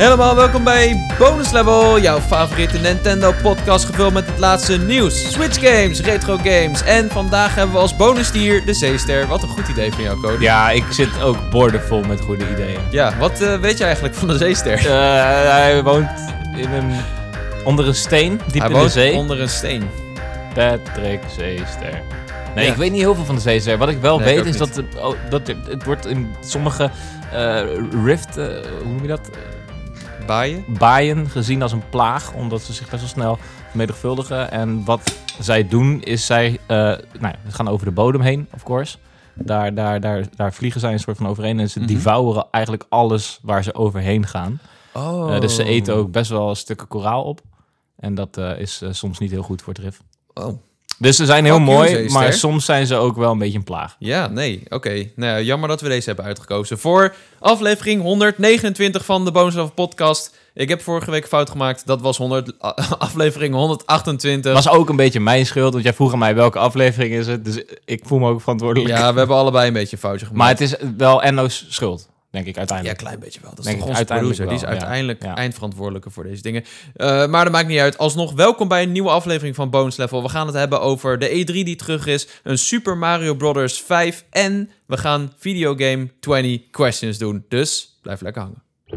Helemaal welkom bij Bonus Level, jouw favoriete Nintendo podcast gevuld met het laatste nieuws, Switch games, retro games en vandaag hebben we als bonusdier de zeester. Wat een goed idee van jou, Cody. Ja, ik zit ook boordevol met goede ideeën. Ja, wat weet je eigenlijk van de zeester? Hij woont onder een steen, diep in de zee. Hij woont onder een steen. Patrick Zeester. Nee, ik weet niet heel veel van de zeester. Wat ik wel weet is dat het wordt in sommige rift, hoe noem je dat? Baaien gezien als een plaag, omdat ze zich best wel snel vermenigvuldigen. En wat zij doen is zij gaan over de bodem heen, of course. Daar vliegen zij een soort van overheen en ze devouren eigenlijk alles waar ze overheen gaan. Dus ze eten ook best wel stukken koraal op. En dat is soms niet heel goed voor het rif. Oh. Dus ze zijn heel mooi, maar soms zijn ze ook wel een beetje een plaag. Ja, nee, oké. Nou, jammer dat we deze hebben uitgekozen voor aflevering 129 van de Bonus Level podcast. Ik heb vorige week een fout gemaakt. Dat was aflevering 128. Was ook een beetje mijn schuld, want jij vroeg aan mij welke aflevering is het. Dus ik voel me ook verantwoordelijk. Ja, we hebben allebei een beetje een foutje gemaakt. Maar het is wel Enno's schuld. Denk ik uiteindelijk. Ja, klein beetje wel. Dat is toch onze producer. Die is uiteindelijk eindverantwoordelijke voor deze dingen. Maar dat maakt niet uit. Alsnog welkom bij een nieuwe aflevering van Bonus Level. We gaan het hebben over de E3 die terug is. Een Super Mario Bros. 5. En we gaan Videogame 20 Questions doen. Dus blijf lekker hangen.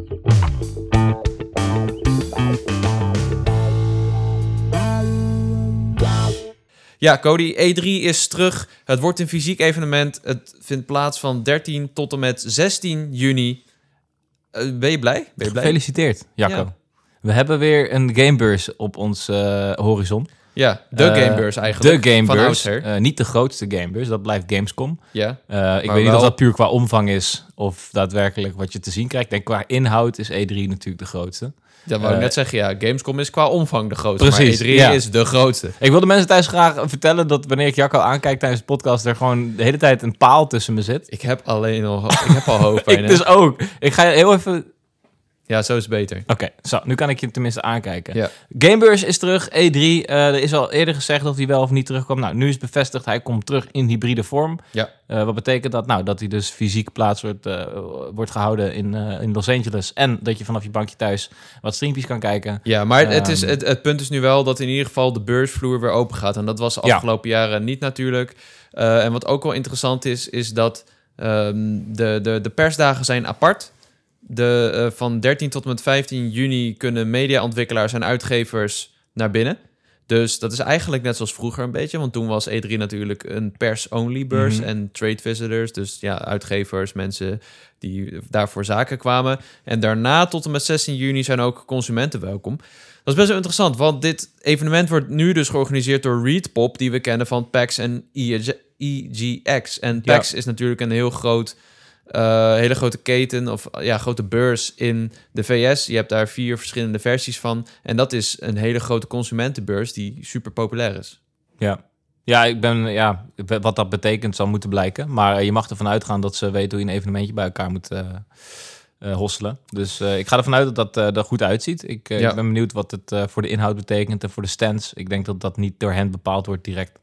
Ja, Cody, E3 is terug. Het wordt een fysiek evenement. Het vindt plaats van 13 tot en met 16 juni. Ben je blij? Gefeliciteerd, Jacco. Ja. We hebben weer een gamebeurs op ons horizon. Ja, de gamebeurs eigenlijk. De gamebeurs. Niet de grootste gamebeurs, dat blijft Gamescom. Ja. Ik weet niet of dat puur qua omvang is of daadwerkelijk wat je te zien krijgt. Ik denk qua inhoud is E3 natuurlijk de grootste. Dat wou ik net zeggen, ja. Gamescom is qua omvang de grootste, precies, maar E3 is de grootste. Ik wil de mensen thuis graag vertellen dat wanneer ik Jacco aankijk tijdens de podcast, er gewoon de hele tijd een paal tussen me zit. Ik heb al hoofdpijn. Ik dus ook. Ik ga heel even... Ja, zo is het beter. Oké, zo, nu kan ik je tenminste aankijken. Ja. Gamebeurs is terug, E3. Er is al eerder gezegd of hij wel of niet terugkwam. Nou, nu is bevestigd, hij komt terug in hybride vorm. Ja. Wat betekent dat? Nou, dat hij dus fysiek plaats wordt gehouden in Los Angeles. En dat je vanaf je bankje thuis wat streampjes kan kijken. Ja, maar het punt is nu wel dat in ieder geval de beursvloer weer open gaat. En dat was de afgelopen jaren niet natuurlijk. En wat ook wel interessant is dat de persdagen zijn apart. Van 13 tot en met 15 juni kunnen mediaontwikkelaars en uitgevers naar binnen. Dus dat is eigenlijk net zoals vroeger een beetje. Want toen was E3 natuurlijk een pers-only beurs en trade visitors. Dus ja, uitgevers, mensen die daarvoor zaken kwamen. En daarna tot en met 16 juni zijn ook consumenten welkom. Dat is best wel interessant, want dit evenement wordt nu dus georganiseerd door ReadPop, die we kennen van PAX en EGX. En PAX is natuurlijk een hele grote keten of grote beurs in de VS. Je hebt daar 4 verschillende versies van. En dat is een hele grote consumentenbeurs die super populair is. Ja, wat dat betekent zal moeten blijken. Maar je mag ervan uitgaan dat ze weten hoe je een evenementje bij elkaar moet hosselen. Dus ik ga ervan uit dat dat er goed uitziet. Ik ben benieuwd wat het voor de inhoud betekent en voor de stands. Ik denk dat dat niet door hen bepaald wordt direct.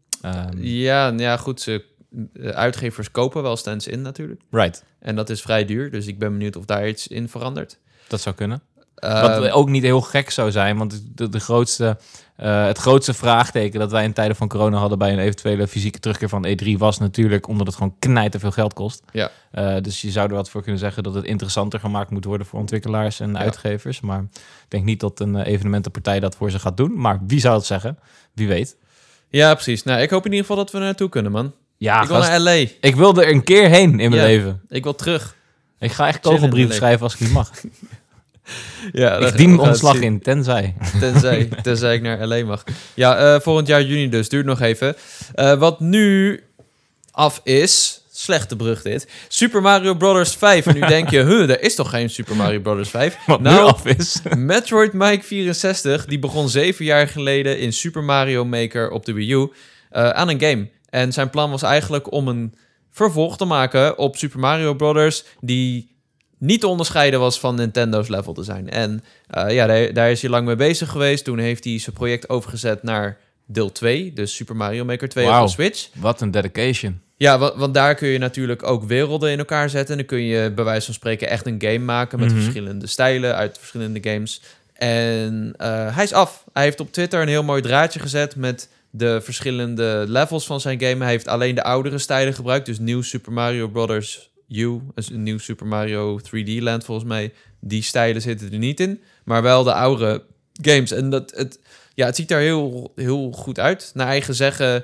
Goed. Uitgevers kopen wel stands in natuurlijk. Right. En dat is vrij duur, dus ik ben benieuwd of daar iets in verandert. Dat zou kunnen. Wat ook niet heel gek zou zijn, want het grootste vraagteken dat wij in tijden van corona hadden bij een eventuele fysieke terugkeer van E3 was natuurlijk omdat het gewoon knijterveel geld kost. Ja. Dus je zou er wat voor kunnen zeggen dat het interessanter gemaakt moet worden voor ontwikkelaars en uitgevers. Maar ik denk niet dat een evenementenpartij dat voor ze gaat doen. Maar wie zou het zeggen? Wie weet. Ja, precies. Nou, ik hoop in ieder geval dat we er naartoe kunnen, man. Ja, ik wil naar LA. Ik wil er een keer heen in mijn leven. Ik wil terug. Ik ga echt kogelbrieven schrijven als ik niet mag. Ik dien ontslag in, tenzij ik naar LA mag. Ja, volgend jaar juni dus. Duurt nog even. Wat nu af is... Slechte brug dit. Super Mario Bros. 5. En nu denk je, er is toch geen Super Mario Bros. 5? Wat nu af is. Metroid Mike 64, die begon 7 jaar geleden in Super Mario Maker op de Wii U aan een game. En zijn plan was eigenlijk om een vervolg te maken op Super Mario Bros. Die niet te onderscheiden was van Nintendo's level design. En daar is hij lang mee bezig geweest. Toen heeft hij zijn project overgezet naar deel 2, dus Super Mario Maker 2 op de Switch. Wat een dedication. Ja, want daar kun je natuurlijk ook werelden in elkaar zetten. En dan kun je bij wijze van spreken echt een game maken met verschillende stijlen uit verschillende games. En hij is af. Hij heeft op Twitter een heel mooi draadje gezet met de verschillende levels van zijn game. Hij heeft alleen de oudere stijlen gebruikt. Dus New Super Mario Bros. U, een New Super Mario 3D Land volgens mij. Die stijlen zitten er niet in, maar wel de oude games. En het ziet er heel, heel goed uit. Naar eigen zeggen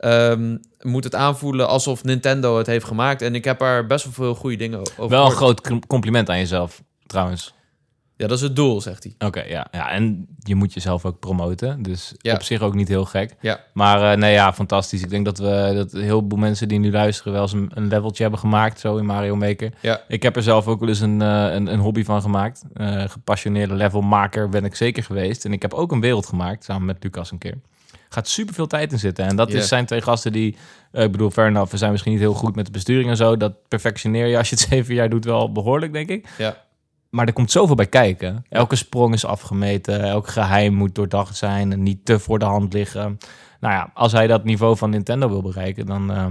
moet het aanvoelen alsof Nintendo het heeft gemaakt. En ik heb er best wel veel goede dingen over Wel een groot compliment aan jezelf, trouwens. Ja, dat is het doel, zegt hij. Oké, ja. En je moet jezelf ook promoten. Dus ja. Op zich ook niet heel gek. Ja. Maar fantastisch. Ik denk dat een heleboel mensen die nu luisteren wel eens een leveltje hebben gemaakt, zo in Mario Maker. Ja. Ik heb er zelf ook wel eens een hobby van gemaakt. Gepassioneerde levelmaker ben ik zeker geweest. En ik heb ook een wereld gemaakt, samen met Lucas een keer. Gaat super veel tijd in zitten. En dat zijn twee gasten die... ik bedoel, fair enough, we zijn misschien niet heel goed met de besturing en zo. Dat perfectioneer je als je het 7 jaar doet wel behoorlijk, denk ik. Ja. Maar er komt zoveel bij kijken. Elke sprong is afgemeten. Elk geheim moet doordacht zijn en niet te voor de hand liggen. Nou ja, als hij dat niveau van Nintendo wil bereiken,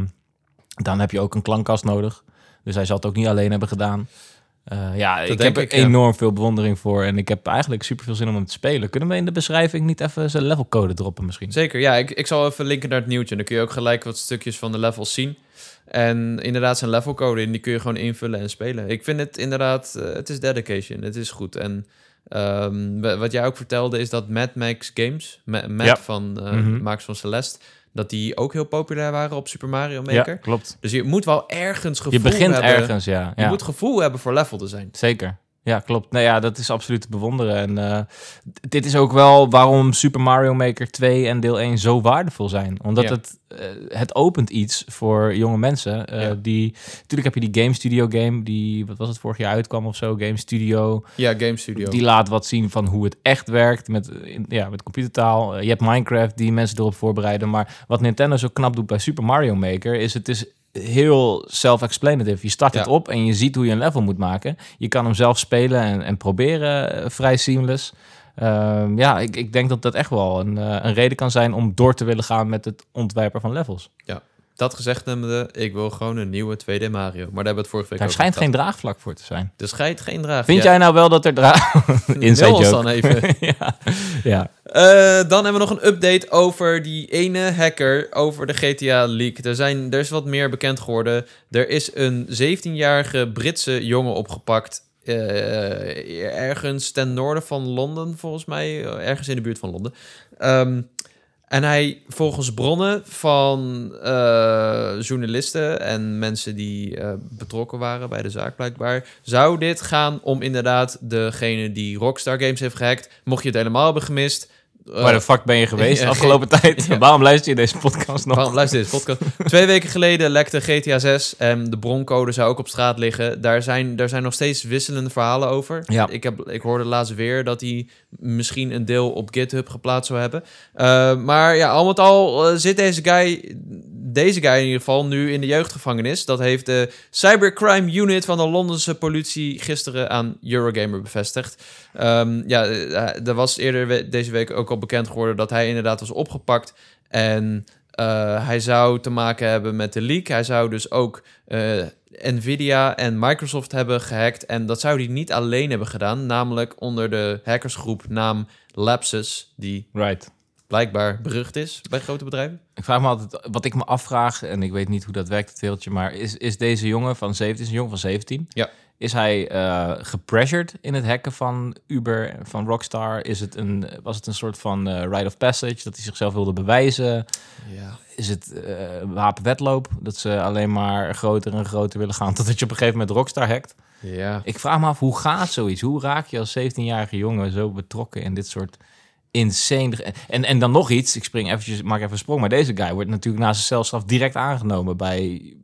dan heb je ook een klankkast nodig. Dus hij zal het ook niet alleen hebben gedaan. Ik heb er enorm veel bewondering voor. En ik heb eigenlijk super veel zin om hem te spelen. Kunnen we in de beschrijving niet even zijn levelcode droppen misschien? Zeker, ja. Ik zal even linken naar het nieuwtje. Dan kun je ook gelijk wat stukjes van de levels zien. En inderdaad zijn levelcode in, die kun je gewoon invullen en spelen. Ik vind het inderdaad, het is dedication, het is goed. En wat jij ook vertelde is dat Mad Max Games, van Max van Celeste, dat die ook heel populair waren op Super Mario Maker. Ja, klopt. Dus je moet wel ergens gevoel hebben. Je begint hebben, ergens, ja. Je moet gevoel hebben voor level design. Zeker. Ja, klopt. Nou ja, dat is absoluut te bewonderen. En dit is ook wel waarom Super Mario Maker 2 en deel 1 zo waardevol zijn. Omdat het opent iets voor jonge mensen. Natuurlijk heb je die Game Studio game, die, wat was het, vorig jaar uitkwam of zo, Game Studio. Ja, Game Studio. Die laat wat zien van hoe het echt werkt met computertaal. Je hebt Minecraft die mensen erop voorbereiden. Maar wat Nintendo zo knap doet bij Super Mario Maker is, het is heel self-explanative. Je start het op en je ziet hoe je een level moet maken. Je kan hem zelf spelen en proberen vrij seamless. Ik denk dat dat echt wel een reden kan zijn om door te willen gaan met het ontwerpen van levels. Ja, dat gezegd hebbende, ik wil gewoon een nieuwe 2D Mario. Maar daar hebben we het vorige week over. Er schijnt geen draagvlak voor te zijn. Er schijnt geen draagvlak. Vind jij nou wel dat er inside joke dan even. ja. Dan hebben we nog een update over die ene hacker over de GTA leak. Er is wat meer bekend geworden. Er is een 17-jarige Britse jongen opgepakt. Ergens ten noorden van Londen, volgens mij. Ergens in de buurt van Londen. En hij, volgens bronnen van journalisten en mensen die betrokken waren bij de zaak blijkbaar, zou dit gaan om inderdaad degene die Rockstar Games heeft gehackt. Mocht je het helemaal hebben gemist, waar de fuck ben je geweest afgelopen tijd? Ja. Waarom luister je deze podcast nog? Waarom luister je deze podcast? 2 weken geleden lekte GTA 6 en de broncode zou ook op straat liggen. Daar zijn nog steeds wisselende verhalen over. Ja. Ik hoorde laatst weer dat hij misschien een deel op GitHub geplaatst zou hebben. Maar ja, al met al zit deze guy in ieder geval nu in de jeugdgevangenis. Dat heeft de Cybercrime Unit van de Londense politie gisteren aan Eurogamer bevestigd. Er was eerder deze week ook al bekend geworden dat hij inderdaad was opgepakt. En hij zou te maken hebben met de leak. Hij zou dus ook Nvidia en Microsoft hebben gehackt. En dat zou hij niet alleen hebben gedaan. Namelijk onder de hackersgroep naam Lapsus, die blijkbaar berucht is bij grote bedrijven. Ik vraag me altijd, wat ik me afvraag, en ik weet niet hoe dat werkt, het wereldje, maar is deze jongen van 17, is een jongen van 17? Ja. Is hij gepressured in het hacken van Uber, van Rockstar? Was het een soort van rite of passage, dat hij zichzelf wilde bewijzen? Ja. Is het wapenwedloop, dat ze alleen maar groter en groter willen gaan, totdat je op een gegeven moment Rockstar hackt? Ja. Ik vraag me af, hoe gaat zoiets? Hoe raak je als 17-jarige jongen zo betrokken in dit soort insane... En dan nog iets, maak even een sprong, maar deze guy wordt natuurlijk na zijn celstraf direct aangenomen bij...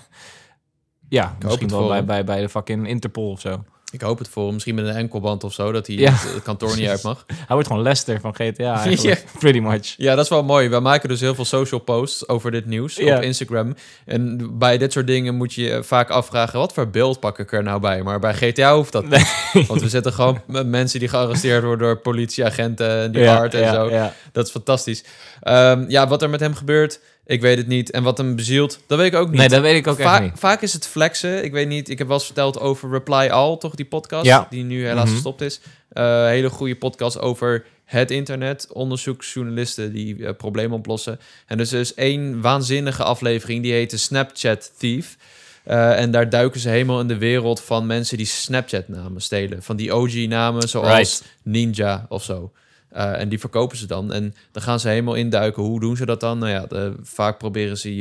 misschien wel bij de fucking Interpol of zo. Ik hoop het voor hem. Misschien met een enkelband of zo, dat hij het kantoor niet uit mag. Hij wordt gewoon Lester van GTA eigenlijk, pretty much. Ja, dat is wel mooi. We maken dus heel veel social posts over dit nieuws op Instagram. En bij dit soort dingen moet je vaak afvragen, wat voor beeld pak ik er nou bij? Maar bij GTA hoeft dat niet. Want we zitten gewoon met mensen die gearresteerd worden door politieagenten en die hard en zo. Ja. Dat is fantastisch. Wat er met hem gebeurt Ik weet het niet. En wat hem bezielt, dat weet ik ook niet. Nee, dat weet ik ook echt niet. Vaak is het flexen. Ik weet niet. Ik heb wel eens verteld over Reply All, toch die podcast? Die nu helaas gestopt is. Hele goede podcast over het internet. Onderzoeksjournalisten die problemen oplossen. En dus er is 1 waanzinnige aflevering. Die heet de Snapchat Thief. En daar duiken ze helemaal in de wereld van mensen die Snapchat-namen stelen. Van die OG-namen zoals Ninja of zo. En die verkopen ze dan. En dan gaan ze helemaal induiken. Hoe doen ze dat dan? Nou ja, vaak proberen ze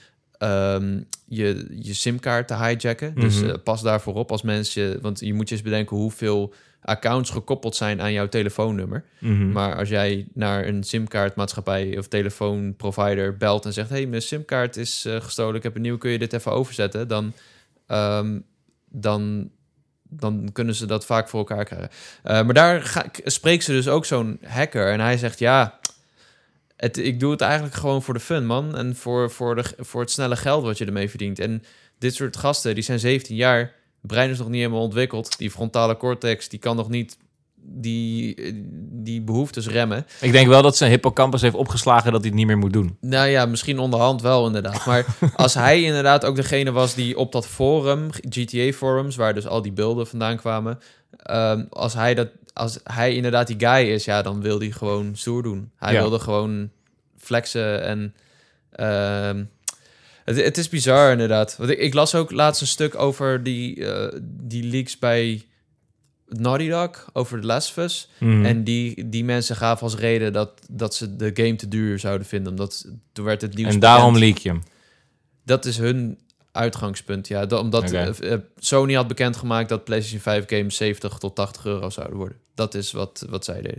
je simkaart te hijacken. Dus pas daarvoor op als mensen... Want je moet je eens bedenken hoeveel accounts gekoppeld zijn aan jouw telefoonnummer. Maar als jij naar een simkaartmaatschappij of telefoonprovider belt en zegt... hey, mijn simkaart is gestolen, ik heb een nieuw, kun je dit even overzetten? Dan kunnen ze dat vaak voor elkaar krijgen. Maar daar spreekt ze dus ook zo'n hacker. En hij zegt, ja, ik doe het eigenlijk gewoon voor de fun, man. En voor het snelle geld wat je ermee verdient. En dit soort gasten, die zijn 17 jaar... brein is nog niet helemaal ontwikkeld. Die frontale cortex, die kan nog niet die behoeftes remmen. Ik denk wel dat zijn hippocampus heeft opgeslagen dat hij het niet meer moet doen. Nou ja, misschien onderhand wel inderdaad. Maar als hij inderdaad ook degene was die op dat forum, GTA-forums, waar dus al die beelden vandaan kwamen, als hij inderdaad die guy is, ja, dan wil hij gewoon stoer doen. Hij wilde gewoon flexen en... Het is bizar, inderdaad. Want ik las ook laatst een stuk over die leaks bij Naughty Dog, over The Last of Us. En die mensen gaven als reden dat ze de game te duur zouden vinden. Omdat toen werd het nieuws. En daarom leak je hem. Dat is hun uitgangspunt, ja. Omdat Sony had bekendgemaakt dat PlayStation 5 games 70 tot 80 euro zouden worden. Dat is wat zij deden.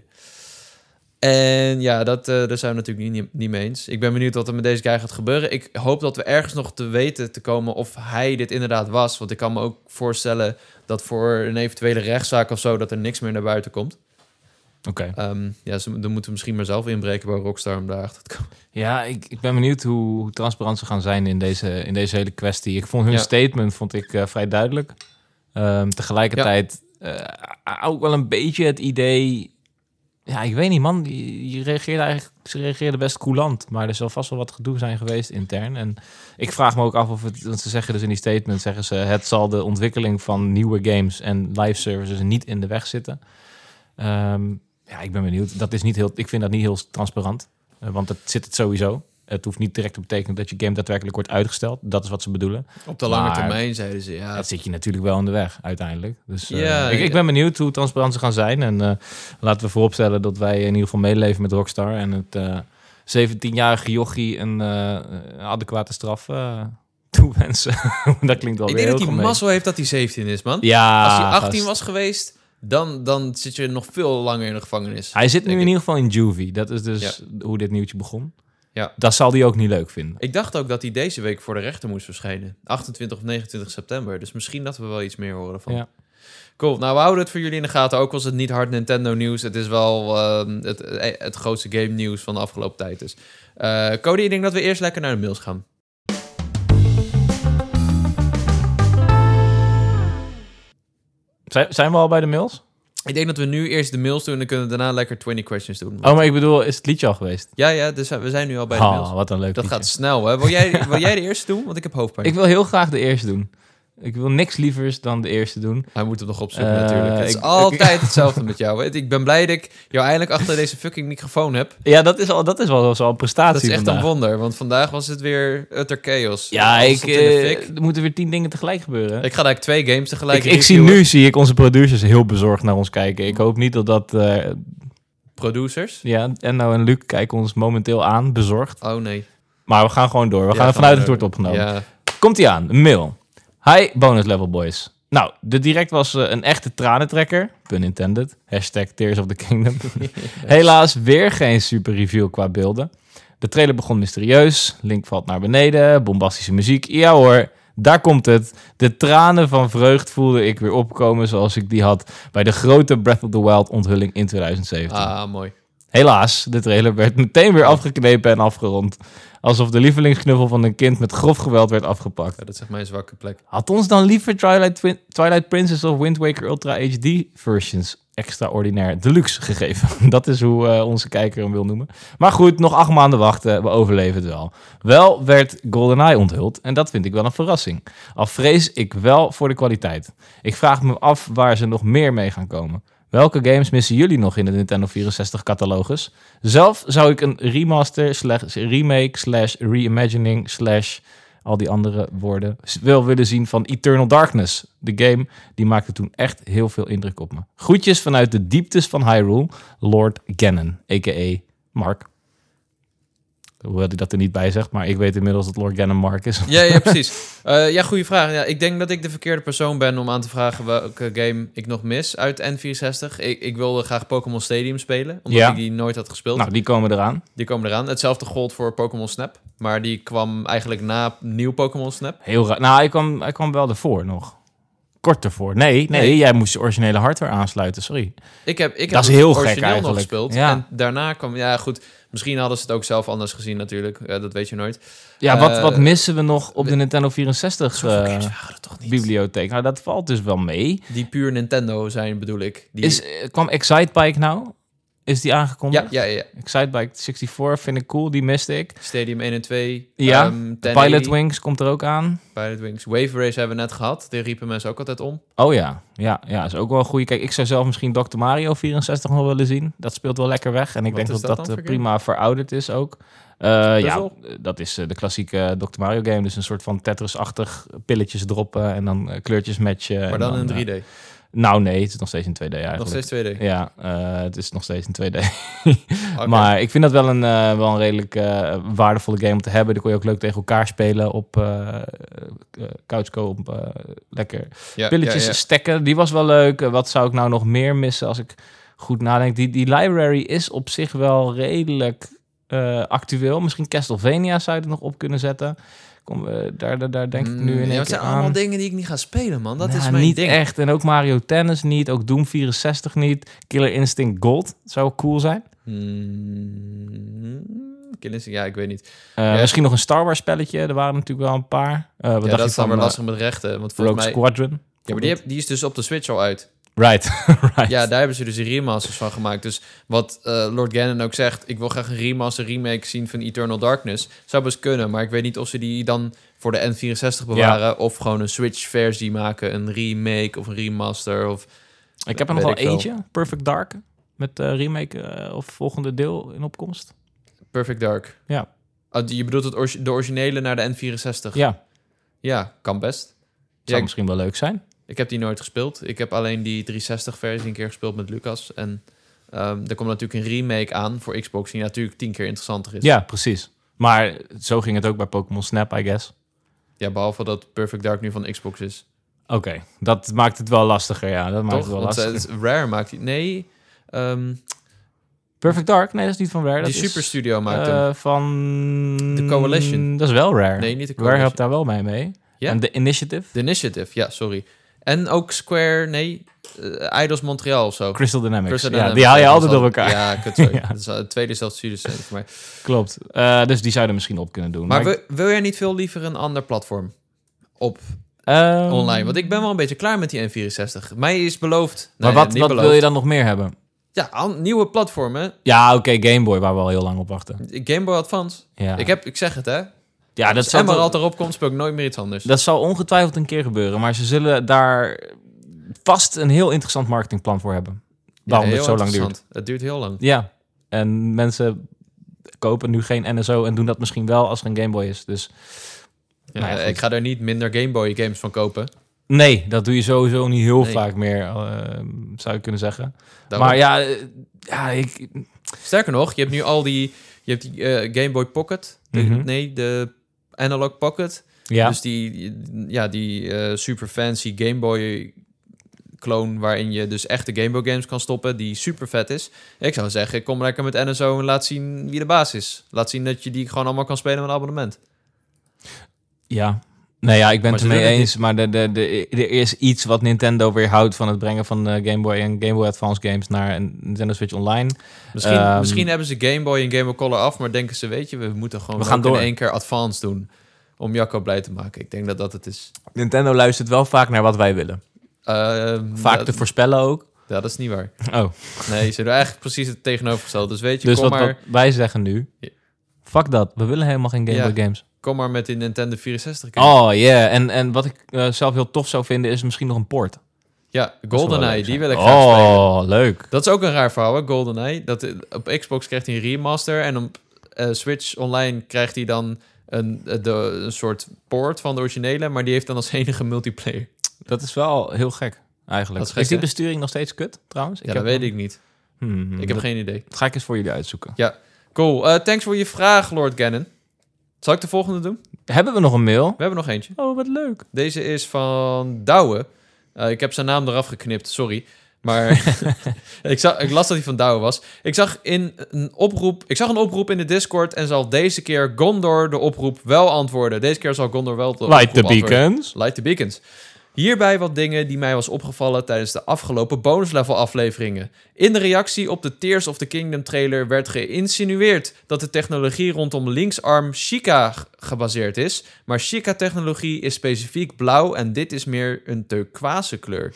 En ja, daar zijn we natuurlijk niet mee eens. Ik ben benieuwd wat er met deze guy gaat gebeuren. Ik hoop dat we ergens nog te weten te komen of hij dit inderdaad was. Want ik kan me ook voorstellen dat voor een eventuele rechtszaak of zo... dat er niks meer naar buiten komt. Oké. Dan moeten we misschien maar zelf inbreken bij Rockstar om daarachter te komen. Ja, ik ben benieuwd hoe transparant ze gaan zijn in deze hele kwestie. Ik vond hun statement vrij duidelijk. Tegelijkertijd ook wel een beetje het idee... Ja, ik weet niet, man. Ze reageerde best coulant. Maar er zal vast wel wat gedoe zijn geweest intern. En ik vraag me ook af of het... Want ze zeggen dus in die statement, zeggen ze... Het zal de ontwikkeling van nieuwe games en live services niet in de weg zitten. Ik ben benieuwd. Ik vind dat niet heel transparant. Want dat zit het sowieso. Het hoeft niet direct te betekenen dat je game daadwerkelijk wordt uitgesteld. Dat is wat ze bedoelen. Op de lange termijn, zeiden ze, ja. Dat zit je natuurlijk wel in de weg, uiteindelijk. Dus ik ben benieuwd hoe transparant ze gaan zijn. En laten we vooropstellen dat wij in ieder geval meeleven met Rockstar. En het 17-jarige jochie een adequate straf toewensen. Dat klinkt wel weer heel gemeen. Ik denk dat hij mazzel heeft dat hij 17 is, man. Ja, als hij 18 was geweest... Dan zit je nog veel langer in de gevangenis. Hij zit nu in ieder geval in juvie. Dat is dus hoe dit nieuwtje begon. Ja. Dat zal hij ook niet leuk vinden. Ik dacht ook dat hij deze week voor de rechter moest verschijnen. 28 of 29 september. Dus misschien dat we wel iets meer horen van. Ja. Cool. Nou, we houden het voor jullie in de gaten. Ook was het niet hard Nintendo nieuws. Het is wel het grootste game nieuws van de afgelopen tijd. Dus. Cody, ik denk dat we eerst lekker naar de mails gaan. Zijn we al bij de mails? Ik denk dat we nu eerst de mails doen en dan kunnen we daarna lekker 20 questions doen. Oh, maar ik bedoel, is het liedje al geweest? Ja, dus we zijn nu al bij de mails. Wat een leuk liedje. Dat gaat snel, hè? Wil jij de eerste doen? Want ik heb hoofdpijn. Ik wil heel graag de eerste doen. Ik wil niks lievers dan de eerste doen. Hij moet het nog opzoeken natuurlijk. Het is altijd hetzelfde met jou. Hè? Ik ben blij dat ik jou eindelijk achter deze fucking microfoon heb. Ja, dat is wel zo'n prestatie. Dat is echt vandaag. Een wonder, want vandaag was het weer utter chaos. Ja, er moeten weer 10 dingen tegelijk gebeuren. Ik ga eigenlijk 2 games tegelijk zie ik onze producers heel bezorgd naar ons kijken. Ik hoop niet dat... Producers? Ja, Enno en Luc kijken ons momenteel aan, bezorgd. Oh nee. Maar we gaan gewoon door. We gaan er vanuit het wordt opgenomen. Ja. Komt-ie aan, een mail. Hi, bonus level boys. Nou, de direct was een echte tranentrekker. Pun intended. # Tears of the Kingdom. Helaas weer geen super review qua beelden. De trailer begon mysterieus. Link valt naar beneden. Bombastische muziek. Ja hoor, daar komt het. De tranen van vreugd voelde ik weer opkomen zoals ik die had bij de grote Breath of the Wild onthulling in 2017. Ah, mooi. Helaas, de trailer werd meteen weer afgeknepen en afgerond. Alsof de lievelingsknuffel van een kind met grof geweld werd afgepakt. Ja, dat is echt mijn zwakke plek. Had ons dan liever Twilight Princess of Wind Waker Ultra HD versions extraordinair deluxe gegeven. Dat is hoe onze kijker hem wil noemen. Maar goed, nog 8 maanden wachten. We overleven het wel. Wel werd GoldenEye onthuld. En dat vind ik wel een verrassing. Al vrees ik wel voor de kwaliteit. Ik vraag me af waar ze nog meer mee gaan komen. Welke games missen jullie nog in de Nintendo 64-catalogus? Zelf zou ik een remaster / remake / reimagining / al die andere woorden wel willen zien van Eternal Darkness. De game die maakte toen echt heel veel indruk op me. Groetjes vanuit de dieptes van Hyrule, Lord Ganon, a.k.a. Mark. Hoewel hij dat er niet bij zegt, maar ik weet inmiddels dat Lord Ganon Mark is. Ja, precies. Goede vraag. Ja, ik denk dat ik de verkeerde persoon ben om aan te vragen welke game ik nog mis uit N64. Ik wilde graag Pokémon Stadium spelen, omdat ik die nooit had gespeeld. Nou, die komen eraan. Hetzelfde gold voor Pokémon Snap, maar die kwam eigenlijk na nieuw Pokémon Snap. Heel raar. Nou, hij kwam wel ervoor nog. Kort ervoor. Nee, jij moest je originele hardware aansluiten, sorry. Ik heb dat is heel gek eigenlijk. Nog gespeeld. Ja. En daarna kwam, goed, misschien hadden ze het ook zelf anders gezien natuurlijk. Dat weet je nooit. Ja, wat missen we nog op de Nintendo 64 bibliotheek? Nou, dat valt dus wel mee. Die puur Nintendo zijn, bedoel ik. Kwam Excitebike nou? Is die aangekondigd? Ja. Excitebike 64 vind ik cool, die miste ik. Stadium 1 en 2. Ja, Pilot Wings komt er ook aan. Pilot Wings. Wave Race hebben we net gehad. Die riepen mensen ook altijd om. Oh ja, is ook wel een goeie. Kijk, ik zou zelf misschien Dr. Mario 64 nog willen zien. Dat speelt wel lekker weg. En ik denk dat prima verouderd is ook. Dat is de klassieke Dr. Mario game. Dus een soort van Tetris-achtig pilletjes droppen en dan kleurtjes matchen. Maar dan in 3D. Nou nee, het is nog steeds in 2D eigenlijk. Nog steeds 2D? Ja, het is nog steeds in 2D. Okay. Maar ik vind dat wel een redelijk waardevolle game om te hebben. Dan kon je ook leuk tegen elkaar spelen op couch co-op. Lekker pilletjes stekken. Die was wel leuk. Wat zou ik nou nog meer missen als ik goed nadenk? Die library is op zich wel redelijk actueel. Misschien Castlevania zou je er nog op kunnen zetten. Daar denk ik nu in. Het zijn allemaal dingen die ik niet ga spelen, man. Dat is mijn niet ding. Echt. En ook Mario Tennis niet. Ook Doom 64 niet. Killer Instinct Gold zou cool zijn. Killer Instinct, ik weet niet. Misschien nog een Star Wars spelletje. Er waren natuurlijk wel een paar. Dat is dan weer lastig met rechten. Want Rogue Squadron. Ja, maar die is dus op de Switch al uit. Right. Ja, daar hebben ze dus die remasters van gemaakt. Dus wat Lord Ganon ook zegt, ik wil graag een remake zien van Eternal Darkness. Zou best kunnen, maar ik weet niet of ze die dan voor de N64 bewaren of gewoon een Switch-versie maken, een remake of een remaster. Ik heb er nog wel eentje, Perfect Dark, met remake of volgende deel in opkomst. Perfect Dark? Ja. Je bedoelt de originele naar de N64? Ja. Ja, kan best. Zou misschien wel leuk zijn. Ik heb die nooit gespeeld. Ik heb alleen die 360-versie een keer gespeeld met Lucas. En er komt natuurlijk een remake aan voor Xbox die natuurlijk 10 keer interessanter is. Ja, precies. Maar zo ging het ook bij Pokémon Snap, I guess. Ja, behalve dat Perfect Dark nu van Xbox is. Oké, dat maakt het wel lastiger, ja. Dat maakt het wel lastiger. Rare maakt die... Nee. Perfect Dark? Nee, dat is niet van Rare. Die dat Super Studio maakt hem. Van... The Coalition. Dat is wel Rare. Nee, niet de Rare helpt daar wel mee. Ja? En The Initiative? The Initiative, ja, sorry. En ook Square, Eidos Montreal of zo. Crystal Dynamics. Die haal je altijd door elkaar. Ja, kutzooi. Dat is het tweede zelfde studiocentrum voor mij. Klopt. Dus die zouden misschien op kunnen doen. Maar wil jij niet veel liever een ander platform op online? Want ik ben wel een beetje klaar met die N64. Mij is beloofd... Maar wat wil je dan nog meer hebben? Ja, nieuwe platformen. Ja, oké, Game Boy, waar we al heel lang op wachten. Game Boy Advance. Ja. Ik zeg het, hè. Ja, als Emerald erop komt, speel ik nooit meer iets anders. Dat zal ongetwijfeld een keer gebeuren. Maar ze zullen daar vast een heel interessant marketingplan voor hebben. Waarom het zo lang duurt. Het duurt heel lang. Ja, en mensen kopen nu geen NSO en doen dat misschien wel als er een Game Boy is. Dus, ja, ik ga er niet minder Game Boy games van kopen. Nee, dat doe je sowieso niet heel vaak meer, zou je kunnen zeggen. Daarom. Maar sterker nog, je hebt nu al die... Je hebt die Game Boy Pocket. De Analog Pocket. Ja. Dus die super fancy Game Boy clone waarin je dus echte Game Boy games kan stoppen, die super vet is. Ik zou zeggen, kom lekker met NSO en laat zien wie de baas is. Laat zien dat je die gewoon allemaal kan spelen met een abonnement. Ja. Nee, ja, ik ben het ermee eens, maar er is iets wat Nintendo weerhoudt van het brengen van Game Boy en Game Boy Advance games naar een Nintendo Switch Online. Misschien hebben ze Game Boy en Game Boy Color af, maar denken ze, weet je, we moeten gewoon in één keer Advance doen om Jacco blij te maken. Ik denk dat het is. Nintendo luistert wel vaak naar wat wij willen. Vaak te voorspellen ook. Ja, dat is niet waar. Oh. Nee, ze doen eigenlijk precies het tegenovergestelde. Dus weet je, dus wat wij zeggen nu... Fuck dat, we willen helemaal geen Game Boy games. Kom maar met die Nintendo 64 game. Oh, yeah. En wat ik zelf heel tof zou vinden... is misschien nog een port. Ja, GoldenEye, die wil ik graag spelen. Oh, leuk. Dat is ook een raar verhaal, hè, GoldenEye. Op Xbox krijgt hij een remaster... en op Switch Online krijgt hij dan een soort port van de originele... maar die heeft dan als enige multiplayer. Dat is wel heel gek, eigenlijk. Dat is gek, is die besturing nog steeds kut, trouwens? Ja, dat weet ik niet. Ik heb geen idee. Dat ga ik eens voor jullie uitzoeken. Ja, cool. Thanks voor je vraag, Lord Gannon. Zal ik de volgende doen? Hebben we nog een mail? We hebben nog eentje. Oh, wat leuk. Deze is van Douwe. Ik heb zijn naam eraf geknipt, sorry. Maar ik las dat hij van Douwe was. Ik zag een oproep in de Discord... en zal deze keer Gondor de oproep wel antwoorden. Deze keer zal Gondor wel de oproep antwoorden. Light the beacons. Hierbij wat dingen die mij was opgevallen tijdens de afgelopen bonuslevel afleveringen. In de reactie op de Tears of the Kingdom trailer werd geïnsinueerd dat de technologie rondom linksarm Sheikah gebaseerd is. Maar Sheikah-technologie is specifiek blauw en dit is meer een turquoise kleur.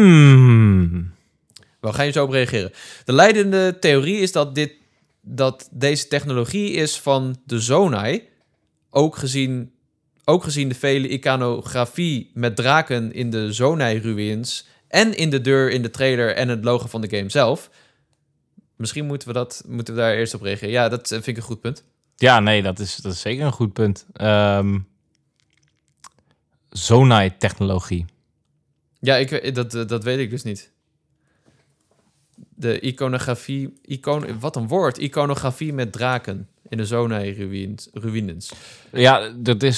Wel, ga je zo op reageren. De leidende theorie is dat deze technologie is van de Zonai, ook gezien de vele iconografie met draken in de Zonai-ruïnes... en in de deur in de trailer en het logo van de game zelf. Misschien moeten we daar eerst op reageren. Ja, dat vind ik een goed punt. Ja, nee, dat is zeker een goed punt. Zonai-technologie. Ja, dat weet ik dus niet. De iconografie... wat een woord. Iconografie met draken in de Zonai-ruïnes. Ja,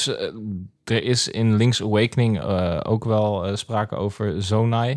er is in Link's Awakening ook wel sprake over Zonai.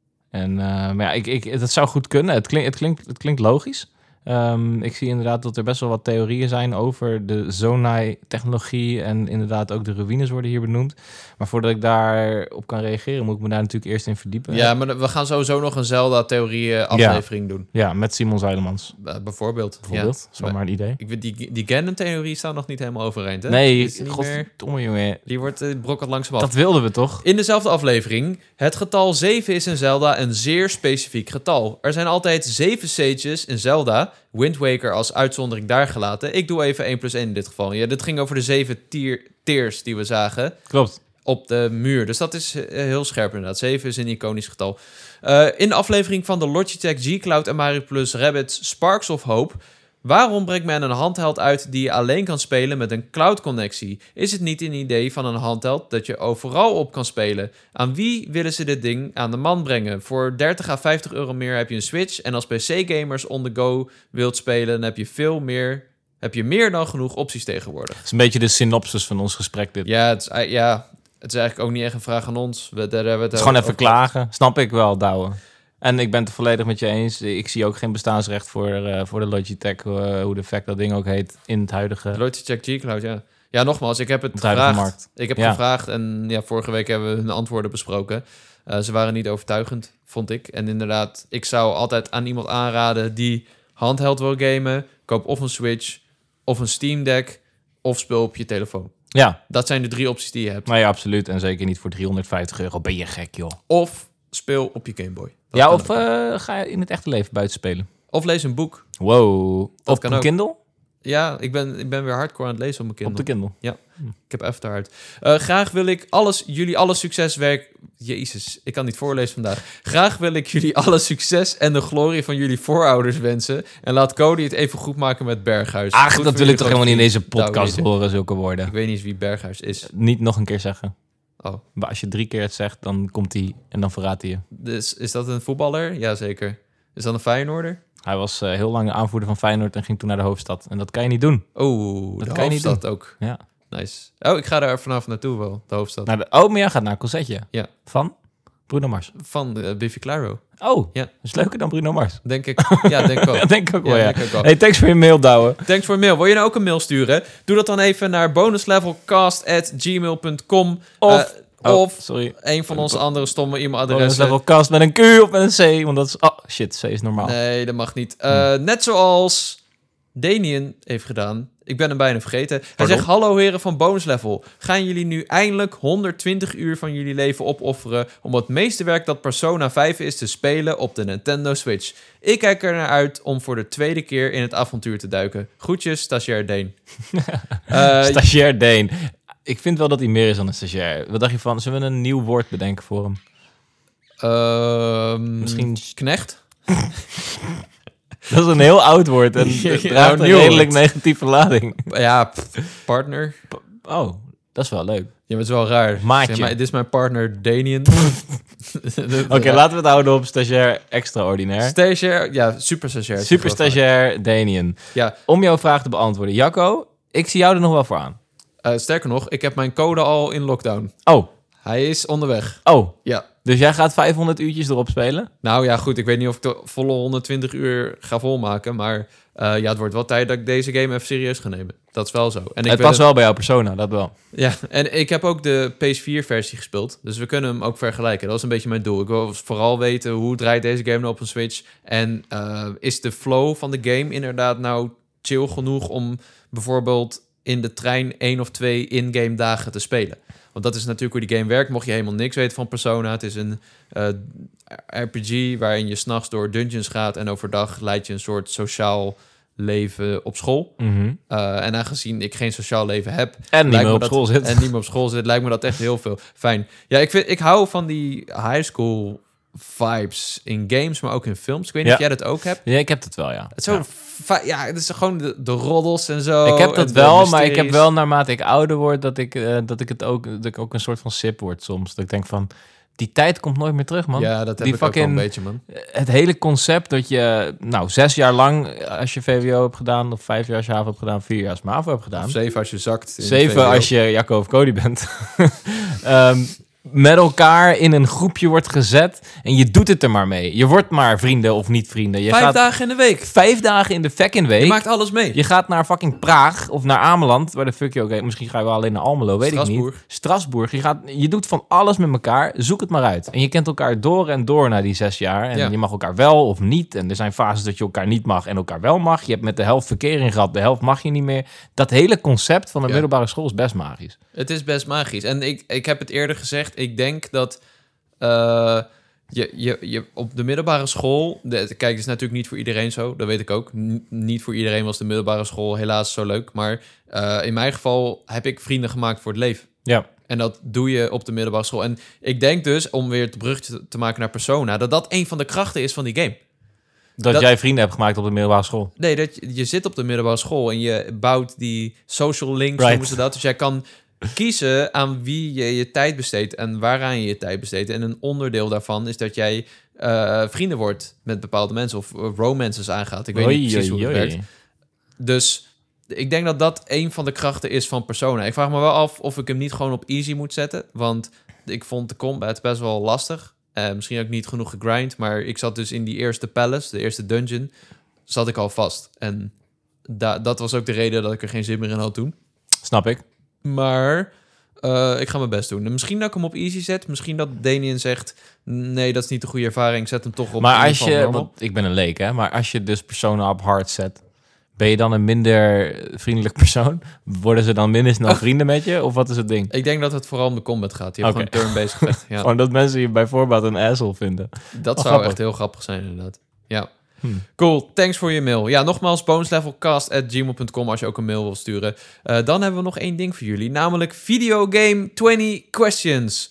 Maar ja, dat zou goed kunnen. Het klinkt logisch. Ik zie inderdaad dat er best wel wat theorieën zijn over de Zonai-technologie en inderdaad ook de ruïnes worden hier benoemd. Maar voordat ik daarop kan reageren, moet ik me daar natuurlijk eerst in verdiepen. Ja, maar we gaan sowieso nog een Zelda-theorie-aflevering doen. Ja, met Simon Zeilemans. Bijvoorbeeld. Ja. Zomaar een idee. Die Ganon-theorie staat nog niet helemaal overeind, hè? Nee, godverdomme jongen. Die wordt brokkeld langzaam af. Dat wilden we toch? In dezelfde aflevering. Het getal 7 is in Zelda een zeer specifiek getal. Er zijn altijd 7 sages in Zelda... Wind Waker als uitzondering daar gelaten. Ik doe even 1 + 1 in dit geval. Ja, dit ging over de 7 tiers die we zagen. Klopt. Op de muur. Dus dat is heel scherp inderdaad. 7 is een iconisch getal. In de aflevering van de Logitech G Cloud en Mario Plus Rabbids Sparks of Hope... Waarom brengt men een handheld uit die je alleen kan spelen met een cloud-connectie? Is het niet een idee van een handheld dat je overal op kan spelen? Aan wie willen ze dit ding aan de man brengen? Voor 30 à 50 euro meer heb je een Switch... en als PC-gamers on the go wilt spelen... dan heb je meer dan genoeg opties tegenwoordig. Het is een beetje de synopsis van ons gesprek dit. Ja, het is eigenlijk ook niet echt een vraag aan ons. Het is gewoon even klagen. Snap ik wel, Douwe. En ik ben het volledig met je eens. Ik zie ook geen bestaansrecht voor de Logitech, hoe de fuck dat ding ook heet, in het huidige... Logitech G Cloud, ja. Ja, nogmaals, ik heb het gevraagd. Ik heb gevraagd en ja, vorige week hebben we hun antwoorden besproken. Ze waren niet overtuigend, vond ik. En inderdaad, ik zou altijd aan iemand aanraden die handheld wil gamen. Koop of een Switch, of een Steam Deck, of speel op je telefoon. Ja. Dat zijn de 3 opties die je hebt. Maar ja, absoluut. En zeker niet voor 350 euro. Ben je gek, joh. Of speel op je Game Boy. Ja, of ga je in het echte leven buiten spelen. Of lees een boek. Wow. Dat kan ook. Kindle? Ja, ik ben weer hardcore aan het lezen op mijn Kindle. Op de Kindle? Ja, ik heb even te hard. Graag wil ik jullie alle succes Jezus, ik kan niet voorlezen vandaag. Graag wil ik jullie alle succes en de glorie van jullie voorouders wensen. En laat Cody het even goed maken met Berghuis. Ach, goed, dat wil ik toch helemaal niet in deze podcast horen, zulke woorden. Ik weet niet eens wie Berghuis is. Niet nog een keer zeggen. Oh. Maar als je 3 keer het zegt, dan komt hij en dan verraadt hij je. Dus is dat een voetballer? Jazeker. Is dat een Feyenoorder? Hij was heel lang aanvoerder van Feyenoord en ging toen naar de hoofdstad. En dat kan je niet doen. Oh, dat kan je niet doen. Ook. Ja. Nice. Oh, ik ga daar vanaf naartoe wel, de hoofdstad. Maar jij gaat naar een concertje? Ja. Van? Bruno Mars? Van Biffy Clyro. Oh, ja. Dat is leuker dan Bruno Mars. Denk ik. Ja, denk ik ook. Ja, denk ik ook wel, ja. Hey, thanks voor je mail, Douwe. Thanks voor je mail. Wil je nou ook een mail sturen? Doe dat dan even naar bonuslevelcast@gmail.com. Of een van onze andere stomme e-mailadressen. Bonuslevelcast met een Q of met een C. Want dat is... Oh, shit, C is normaal. Nee, dat mag niet. Net zoals Danian heeft gedaan. Ik ben hem bijna vergeten. Hij zegt, hallo heren van Bonus Level. Gaan jullie nu eindelijk 120 uur van jullie leven opofferen om het meeste werk dat Persona 5 is te spelen op de Nintendo Switch? Ik kijk er naar uit om voor de tweede keer in het avontuur te duiken. Groetjes, stagiair Deen. Stagiair Deen. Ik vind wel dat hij meer is dan een stagiair. Wat dacht je van, zullen we een nieuw woord bedenken voor hem? Misschien knecht? Dat is een heel oud woord en het draagt een redelijk negatieve lading. Ja, partner. Oh, dat is wel leuk. Ja, maar het is wel raar. Maatje. Zeg maar, dit is mijn partner Danian. Oké, laten we het houden op stagiair extraordinair. Stagiair, ja, super stagiair. Super stagiair Danian. Ja. Om jouw vraag te beantwoorden. Jacco, ik zie jou er nog wel voor aan. Sterker nog, ik heb mijn code al in lockdown. Oh. Hij is onderweg. Oh. Ja. Dus jij gaat 500 uurtjes erop spelen? Nou ja, goed. Ik weet niet of ik de volle 120 uur ga volmaken. Maar het wordt wel tijd dat ik deze game even serieus ga nemen. Dat is wel zo. En het past wel bij jouw persona, dat wel. Ja, en ik heb ook de PS4-versie gespeeld. Dus we kunnen hem ook vergelijken. Dat is een beetje mijn doel. Ik wil vooral weten, hoe draait deze game nou op een Switch? En is de flow van de game inderdaad nou chill genoeg om bijvoorbeeld in de trein 1 of 2 in-game dagen te spelen? Want dat is natuurlijk hoe die game werkt. Mocht je helemaal niks weten van Persona. Het is een RPG waarin je 's nachts door dungeons gaat en overdag leid je een soort sociaal leven op school. Mm-hmm. En aangezien ik geen sociaal leven heb... En niet meer op school zit. En niet meer op school zit, lijkt me dat echt heel veel fijn. Ja, ik hou van die high school vibes in games, maar ook in films. Ik weet niet of jij dat ook hebt. Ja, ik heb het wel, ja. Het is gewoon de roddels en zo. Ik heb dat wel, maar ik heb wel naarmate ik ouder word dat ik ook een soort van sip word soms. Dat ik denk van, die tijd komt nooit meer terug, man. Ja, dat heb ik ook wel een beetje, man. Het hele concept dat je, 6 jaar lang als je VWO hebt gedaan, of 5 jaar als je HAVO hebt gedaan, 4 jaar als MAVO hebt gedaan. Of 7 als je zakt. 7 als je Jacco of Cody bent. Met elkaar in een groepje wordt gezet en je doet het er maar mee. Je wordt maar vrienden of niet vrienden. Je 5 dagen in de week. 5 dagen in de fucking week. Je maakt alles mee. Je gaat naar fucking Praag of naar Ameland, waar de fuck je ook... Misschien ga je wel alleen naar Almelo, weet ik niet. Strasbourg. Je doet van alles met elkaar. Zoek het maar uit. En je kent elkaar door en door na die 6 jaar. En je mag elkaar wel of niet. En er zijn fases dat je elkaar niet mag en elkaar wel mag. Je hebt met de helft verkering gehad, de helft mag je niet meer. Dat hele concept van de middelbare school is best magisch. Het is best magisch. En ik heb het eerder gezegd, ik denk dat je op de middelbare school... Kijk, het is natuurlijk niet voor iedereen zo, dat weet ik ook. Niet voor iedereen was de middelbare school helaas zo leuk. Maar in mijn geval heb ik vrienden gemaakt voor het leven. Ja. En dat doe je op de middelbare school. En ik denk dus, om weer het brug te maken naar Persona... dat een van de krachten is van die game. Dat jij vrienden hebt gemaakt op de middelbare school? Nee, dat je zit op de middelbare school en je bouwt die social links, noemen ze dat. Dus jij kan kiezen aan wie je je tijd besteedt en waaraan je je tijd besteedt. En een onderdeel daarvan is dat jij vrienden wordt met bepaalde mensen of romances aangaat. Ik weet niet precies hoe het werkt. Dus ik denk dat dat een van de krachten is van Persona. Ik vraag me wel af of ik hem niet gewoon op easy moet zetten, want ik vond de combat best wel lastig. Misschien ook niet genoeg gegrind, maar ik zat dus in die eerste palace, de eerste dungeon, zat ik al vast. En dat was ook de reden dat ik er geen zin meer in had toen. Snap ik. Maar ik ga mijn best doen. En misschien dat ik hem op easy zet. Misschien dat Danian zegt, nee, dat is niet de goede ervaring. Zet hem toch op. Maar als je, want ik ben een leek, hè. Maar als je dus Persona op hard zet, ben je dan een minder vriendelijk persoon? Worden ze dan minder snel vrienden met je? Of wat is het ding? Ik denk dat het vooral om de combat gaat. Je hebt gewoon turn-based gevecht. Ja. Gewoon dat mensen je bij voorbaat een asshole vinden. Dat zou echt heel grappig zijn, inderdaad. Ja. Cool, thanks voor je mail. Ja, nogmaals, bonuslevelcast@gmail.com als je ook een mail wil sturen. Dan hebben we nog 1 ding voor jullie, namelijk Videogame 20 Questions.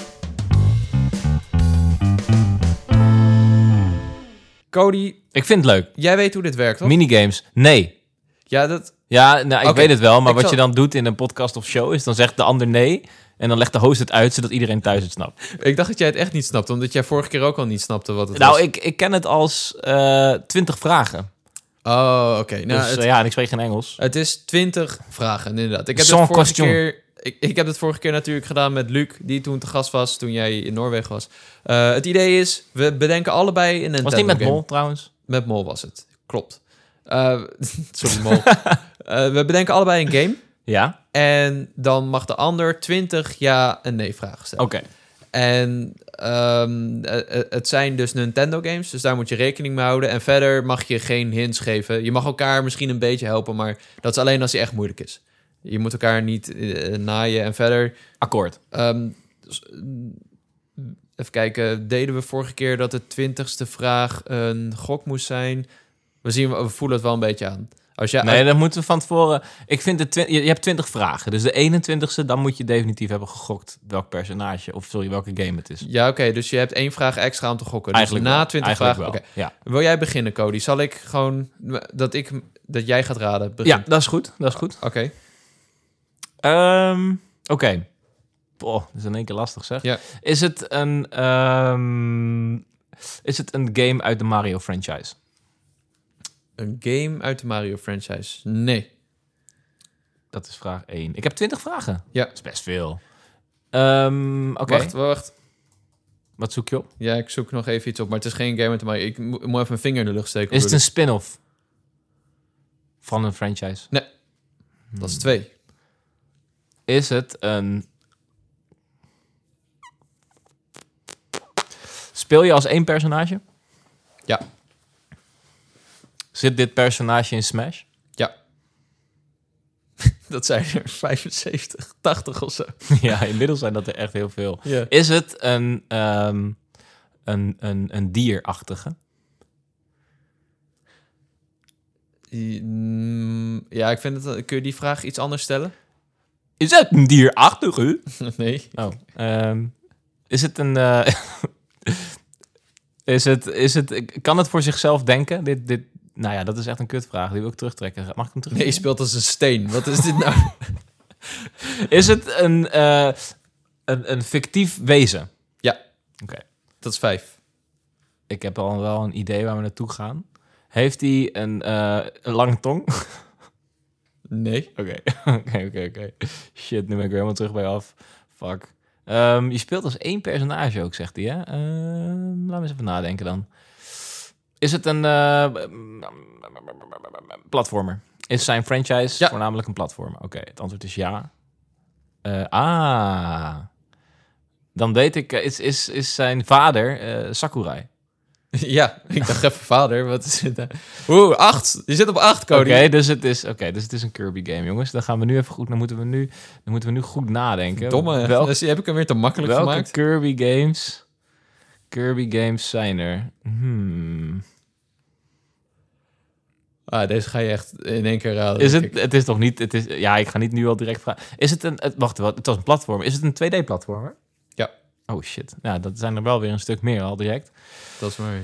Cody, ik vind het leuk. Jij weet hoe dit werkt, toch? Minigames, nee. Ja, ik weet het wel, maar wat je dan doet in een podcast of show is, dan zegt de ander nee en dan legt de host het uit, zodat iedereen thuis het snapt. Ik dacht dat jij het echt niet snapte, omdat jij vorige keer ook al niet snapte wat het was. Ik ken het als 20 vragen. Oh, oké. Dus, en ik spreek geen Engels. Het is 20 vragen, inderdaad. Ik heb het vorige keer natuurlijk gedaan met Luc, die toen te gast was, toen jij in Noorwegen was. Het idee is, we bedenken allebei een Nintendo Was die met game. Mol, trouwens? Met Mol was het, klopt. Sorry, Mol. We bedenken allebei een game. Ja. En dan mag de ander 20 ja en nee vragen stellen. Oké. En het zijn dus Nintendo games, dus daar moet je rekening mee houden. En verder mag je geen hints geven. Je mag elkaar misschien een beetje helpen, maar dat is alleen als hij echt moeilijk is. Je moet elkaar niet naaien. En verder... Akkoord. Even kijken, deden we vorige keer dat de 20ste vraag een gok moest zijn? We voelen het wel een beetje aan. Nee, dan moeten we van tevoren... Ik vind je hebt 20 vragen. Dus de 21ste, dan moet je definitief hebben gegokt welk personage... of welke game het is. Ja, oké. Dus je hebt 1 vraag extra om te gokken. Eigenlijk dus na 20 vragen... Okay. Ja. Wil jij beginnen, Cody? Zal ik gewoon... Dat jij gaat raden? Begin. Ja, dat is goed. Oké. Oké. Dat is in één keer lastig, zeg. Ja. Is het een game uit de Mario franchise? Een game uit de Mario franchise? Nee. Dat is vraag 1. Ik heb 20 vragen. Ja. Dat is best veel. Oké. Wacht. Wat zoek je op? Ja, ik zoek nog even iets op, maar het is geen game uit de Mario. Ik moet even mijn vinger in de lucht steken. Is het een spin-off van een franchise? Nee. Dat is 2. Is het een... Speel je als 1 personage? Ja. Zit dit personage in Smash? Ja. Dat zijn er 75, 80 of zo. Ja, inmiddels zijn dat er echt heel veel. Yeah. Is het een dierachtige? Ja, ik vind het... Kun je die vraag iets anders stellen? Is het een dierachtige? Nee. Oh. Is het een... Kan het voor zichzelf denken? Dit, nou ja, dat is echt een kutvraag. Die wil ik terugtrekken. Mag ik hem terug? Nee, je speelt als een steen. Wat is dit nou? Is het een fictief wezen? Ja. Oké. Dat is 5. Ik heb al wel een idee waar we naartoe gaan. Heeft hij een lange tong? Nee. Oké. Shit, nu ben ik weer helemaal terug bij af. Fuck. Je speelt als 1 personage ook, zegt hij, hè? Laten we eens even nadenken dan. Is het een platformer? Is zijn franchise voornamelijk een platformer? Oké, het antwoord is ja. Dan weet ik, is zijn vader Sakurai? Ja, ik dacht even vader. Wat is het? 8. Je zit op 8, Cody. Oké, dus het is een Kirby game, jongens. Dan gaan we nu even goed. Dan moeten we nu goed nadenken. Domme. Dus heb ik hem weer te makkelijk gemaakt. Welke Kirby games zijn er? Deze ga je echt in één keer raden. Het is toch niet... ik ga niet nu al direct vragen. Is het een... Wacht, het was een platform. Is het een 2D-platformer? Ja. Oh, shit. Ja, dat zijn er wel weer een stuk meer al direct. Dat is mooi.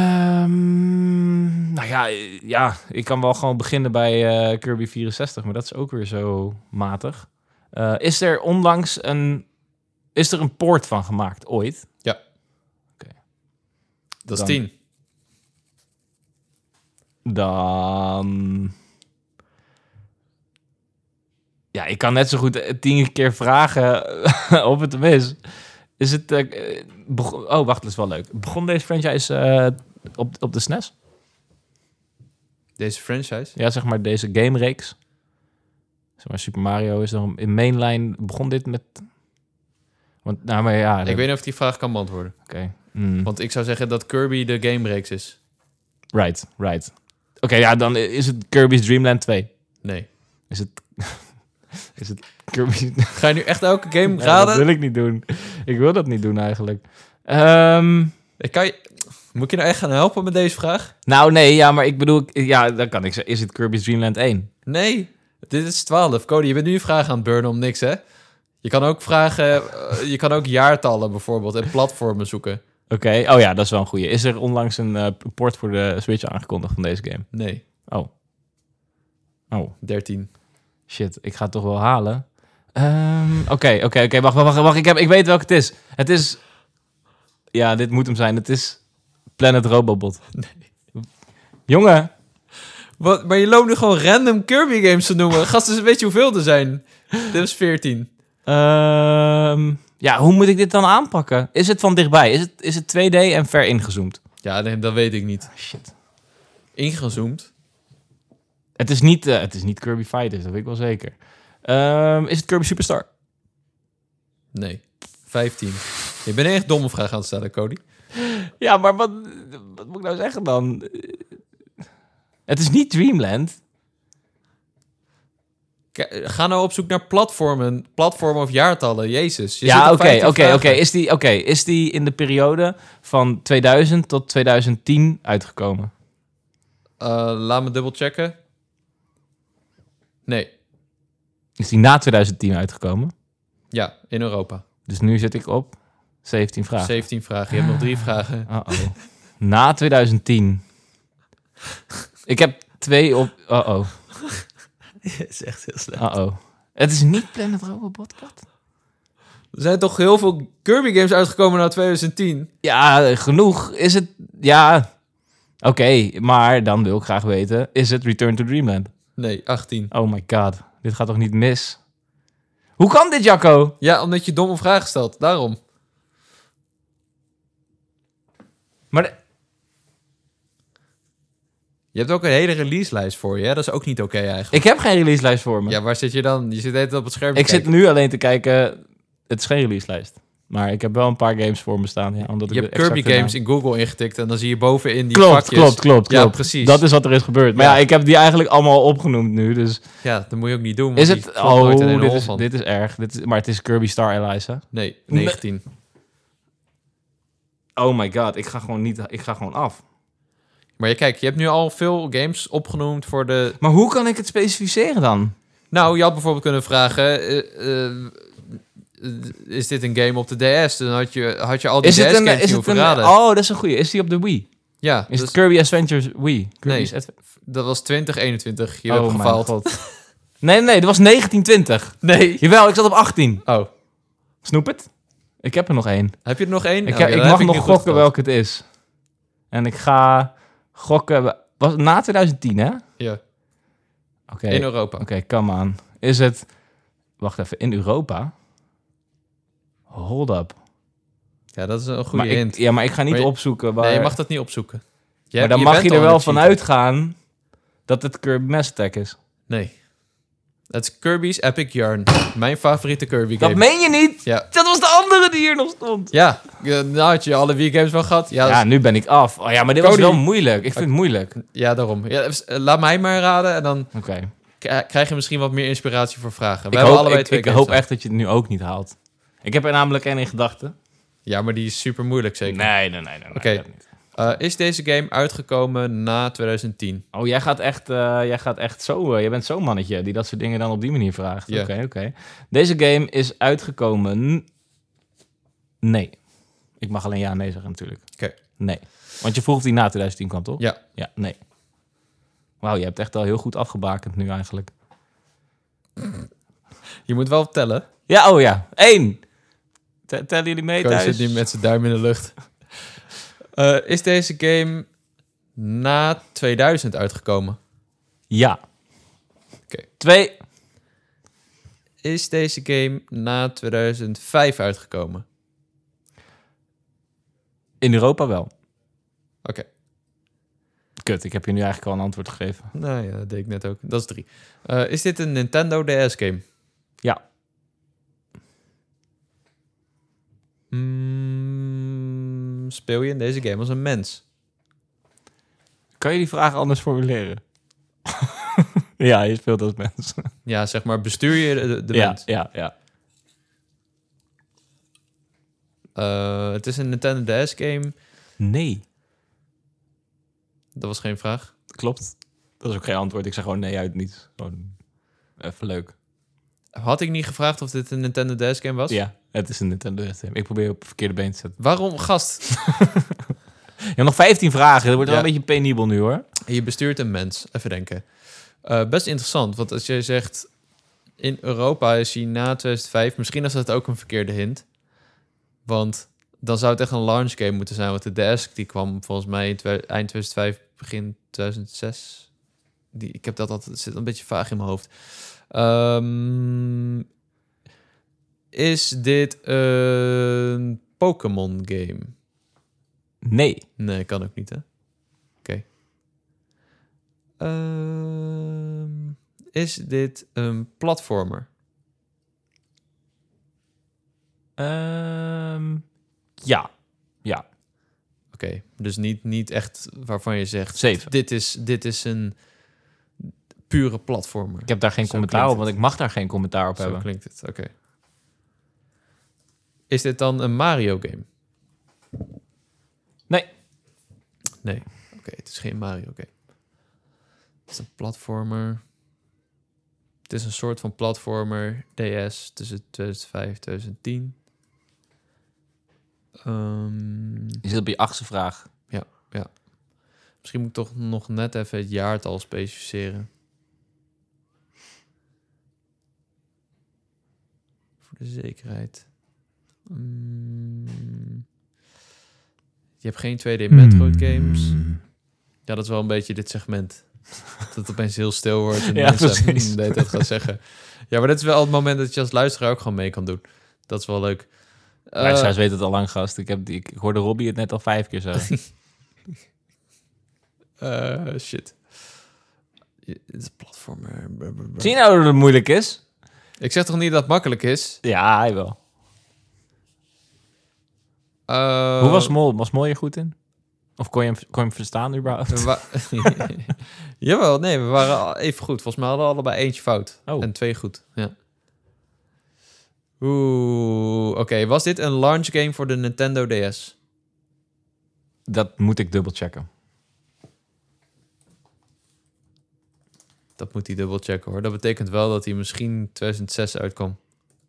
Ik kan wel gewoon beginnen bij Kirby 64, maar dat is ook weer zo matig. Is er onlangs een poort van gemaakt, ooit? Ja. Oké. Dat is 10. Dan... Ja, ik kan net zo goed 10 keer vragen of het hem is. Is het... wacht, dat is wel leuk. Begon deze franchise op de SNES? Deze franchise? Ja, zeg maar deze game-reeks. Zeg maar Super Mario is dan in mainline... Begon dit met... Want, nou, maar ja... Ik weet niet of die vraag kan beantwoorden. Oké. Want ik zou zeggen dat Kirby de game-reeks is. Right. Oké, ja, dan is het Kirby's Dream Land 2. Nee. Is het Kirby... Ga je nu echt elke game raden? Dat wil ik niet doen. Ik wil dat niet doen eigenlijk. Moet je nou echt gaan helpen met deze vraag? Nou, nee, ja, maar ik bedoel... Ja, dan kan ik zeggen, is het Kirby's Dream Land 1? Nee, dit is 12. Cody, je bent nu een vraag aan het burnen om niks, hè? Je kan ook vragen... je kan ook jaartallen bijvoorbeeld en platformen zoeken. Oké, oh ja, dat is wel een goeie. Is er onlangs een port voor de Switch aangekondigd van deze game? Nee. Oh. 13. Shit, ik ga het toch wel halen. Oké, wacht. Ik weet welke het is. Het is... Ja, dit moet hem zijn. Het is Planet Robobot. Nee. Jongen. Wat? Maar je loopt nu gewoon random Kirby games te noemen. Gasten, weet je hoeveel er zijn? Dit is 14. Ja, hoe moet ik dit dan aanpakken? Is het van dichtbij? Is het 2D en ver ingezoomd? Ja, nee, dat weet ik niet. Shit. Ingezoomd? Het is niet Kirby Fighters, dat weet ik wel zeker. Is het Kirby Superstar? Nee. 15. Je bent echt domme vraag aan het stellen, Cody. Ja, maar wat moet ik nou zeggen dan? Het is niet Dreamland. Ga nou op zoek naar platformen of jaartallen. Jezus. Ja, oké. Is die in de periode van 2000 tot 2010 uitgekomen? Laat me dubbel checken. Nee. Is die na 2010 uitgekomen? Ja, in Europa. Dus nu zit ik op 17 vragen. 17 vragen. Je hebt nog 3 vragen. Na 2010. Ik heb 2 op... Je is echt heel slecht. Het is niet Planet Robobot. Er zijn toch heel veel Kirby games uitgekomen na 2010? Ja, genoeg. Is het... Ja... Oké, maar dan wil ik graag weten... Is het Return to Dreamland? Nee, 18. Oh my god. Dit gaat toch niet mis? Hoe kan dit, Jacco? Ja, omdat je domme vragen stelt. Daarom. Maar... Je hebt ook een hele release-lijst voor je, hè? Dat is ook niet oké eigenlijk. Ik heb geen release-lijst voor me. Ja, waar zit je dan? Je zit net op het scherm te Ik zit nu alleen te kijken... Het is geen release-lijst. Maar ik heb wel een paar games voor me staan. Ja, omdat je hebt Kirby games in Google ingetikt... en dan zie je bovenin die vakjes. Klopt. Ja, precies. Dat is wat er is gebeurd. Maar ja, ik heb die eigenlijk allemaal opgenoemd nu. Dus... Ja, dat moet je ook niet doen. Is het... dit is erg. Maar het is Kirby Star Allies, hè? Nee, 19. Oh my god, ik ga gewoon af. Maar kijk, je hebt nu al veel games opgenoemd voor de... Maar hoe kan ik het specificeren dan? Nou, je had bijvoorbeeld kunnen vragen... is dit een game op de DS? Dan had je al die DS-games niet verraden. Oh, dat is een goeie. Is die op de Wii? Ja. Is het Kirby Adventures Wii? Dat was 2021. Je hebt gefaald. God. Nee, dat was 1920. Nee. Jawel, ik zat op 18. Oh. Snoep het? Ik heb er nog 1. Heb je er nog 1? Ik mag nog gokken welke het is. En ik ga gokken... Was het na 2010, hè? Ja. Oké. In Europa. Oké, come on. Is het... Wacht even, in Europa? Hold up. Ja, dat is een goede hint. Maar ik ga niet opzoeken waar... Nee, je mag dat niet opzoeken. Maar dan mag je er wel van uitgaan dat het Kirby Mass Attack is. Nee. Het is Kirby's Epic Yarn. Mijn favoriete Kirby game. Dat meen je niet? Ja. Dat was de andere die hier nog stond. Ja, nou had je alle Wii games wel gehad. Ja, nu ben ik af. Oh ja, maar dit was wel moeilijk. Ik vind het moeilijk. Ja, daarom. Ja, laat mij maar raden en dan Oké. Krijg je misschien wat meer inspiratie voor vragen. We hebben allebei 2 Ik hoop echt dat je het nu ook niet haalt. Ik heb er namelijk 1 in gedachten. Ja, maar die is super moeilijk zeker. Nee. Oké. Is deze game uitgekomen na 2010? Oh, jij gaat echt zo... jij bent zo'n mannetje die dat soort dingen dan op die manier vraagt. Yeah. Oké. Deze game is uitgekomen... Nee. Ik mag alleen ja en nee zeggen natuurlijk. Oké. Nee. Want je vroeg of die na 2010 kwam, toch? Ja. Ja, nee. Wauw, je hebt echt al heel goed afgebakend nu eigenlijk. Je moet wel tellen. Ja, oh ja. 1. Tellen jullie mee thuis? Hij zit nu met zijn duim in de lucht. Is deze game na 2000 uitgekomen? Ja. Oké. 2. Is deze game na 2005 uitgekomen? In Europa wel. Oké. Kut, ik heb je nu eigenlijk al een antwoord gegeven. Nou ja, dat deed ik net ook. Dat is 3. Is dit een Nintendo DS game? Ja. Speel je in deze game als een mens? Kan je die vraag anders formuleren? Ja, je speelt als mens. Ja, zeg maar, bestuur je de mens? Ja. Het is een Nintendo DS game. Nee. Dat was geen vraag. Klopt. Dat is ook geen antwoord. Ik zeg gewoon nee uit niets. Gewoon even leuk. Had ik niet gevraagd of dit een Nintendo DS game was? Ja, het is een Nintendo DS game. Ik probeer op het verkeerde been te zetten. Waarom, gast? Je hebt nog 15 vragen. Dat wordt wel een beetje penibel nu, hoor. Je bestuurt een mens. Even denken. Best interessant, want als je zegt... In Europa is hij na 2005... Misschien is dat ook een verkeerde hint. Want dan zou het echt een launch game moeten zijn. Want de DS die kwam volgens mij eind 2005, begin 2006. Ik heb dat altijd... Het zit een beetje vaag in mijn hoofd. Is dit een Pokémon game? Nee. Nee, kan ook niet, hè? Oké. Is dit een platformer? Ja. Oké, dus niet echt waarvan je zegt... 7. Dit is een pure platformer. Ik heb daar geen commentaar op, want ik mag daar geen commentaar op hebben. Zo klinkt het, oké. Is dit dan een Mario game? Nee. Oké, het is geen Mario game. Het is een platformer. Het is een soort van platformer. DS tussen 2005 en 2010. Je zit op je 8e vraag. Ja. Misschien moet ik toch nog net even het jaartal specificeren. Voor de zekerheid. Je hebt geen 2D Metroid games. Ja, dat is wel een beetje dit segment. Dat het opeens heel stil wordt en mensen dat gaan zeggen. Ja, maar dit is wel het moment dat je als luisteraar ook gewoon mee kan doen. Dat is wel leuk. Luisteraars weten het al lang, gast. Ik hoorde Robbie het net al 5 keer zeggen. Shit. Het is een platformer. Zie je nou dat het moeilijk is? Ik zeg toch niet dat het makkelijk is? Ja, hij wel. Hoe was Mol? Was Mol je goed in? Of kon je hem verstaan überhaupt? Jawel, nee, we waren even goed. Volgens mij hadden we allebei eentje fout. En 2 goed, ja. Oké. Was dit een launch game voor de Nintendo DS? Dat moet ik dubbelchecken. Dat moet hij dubbelchecken, hoor. Dat betekent wel dat hij misschien 2006 uitkwam.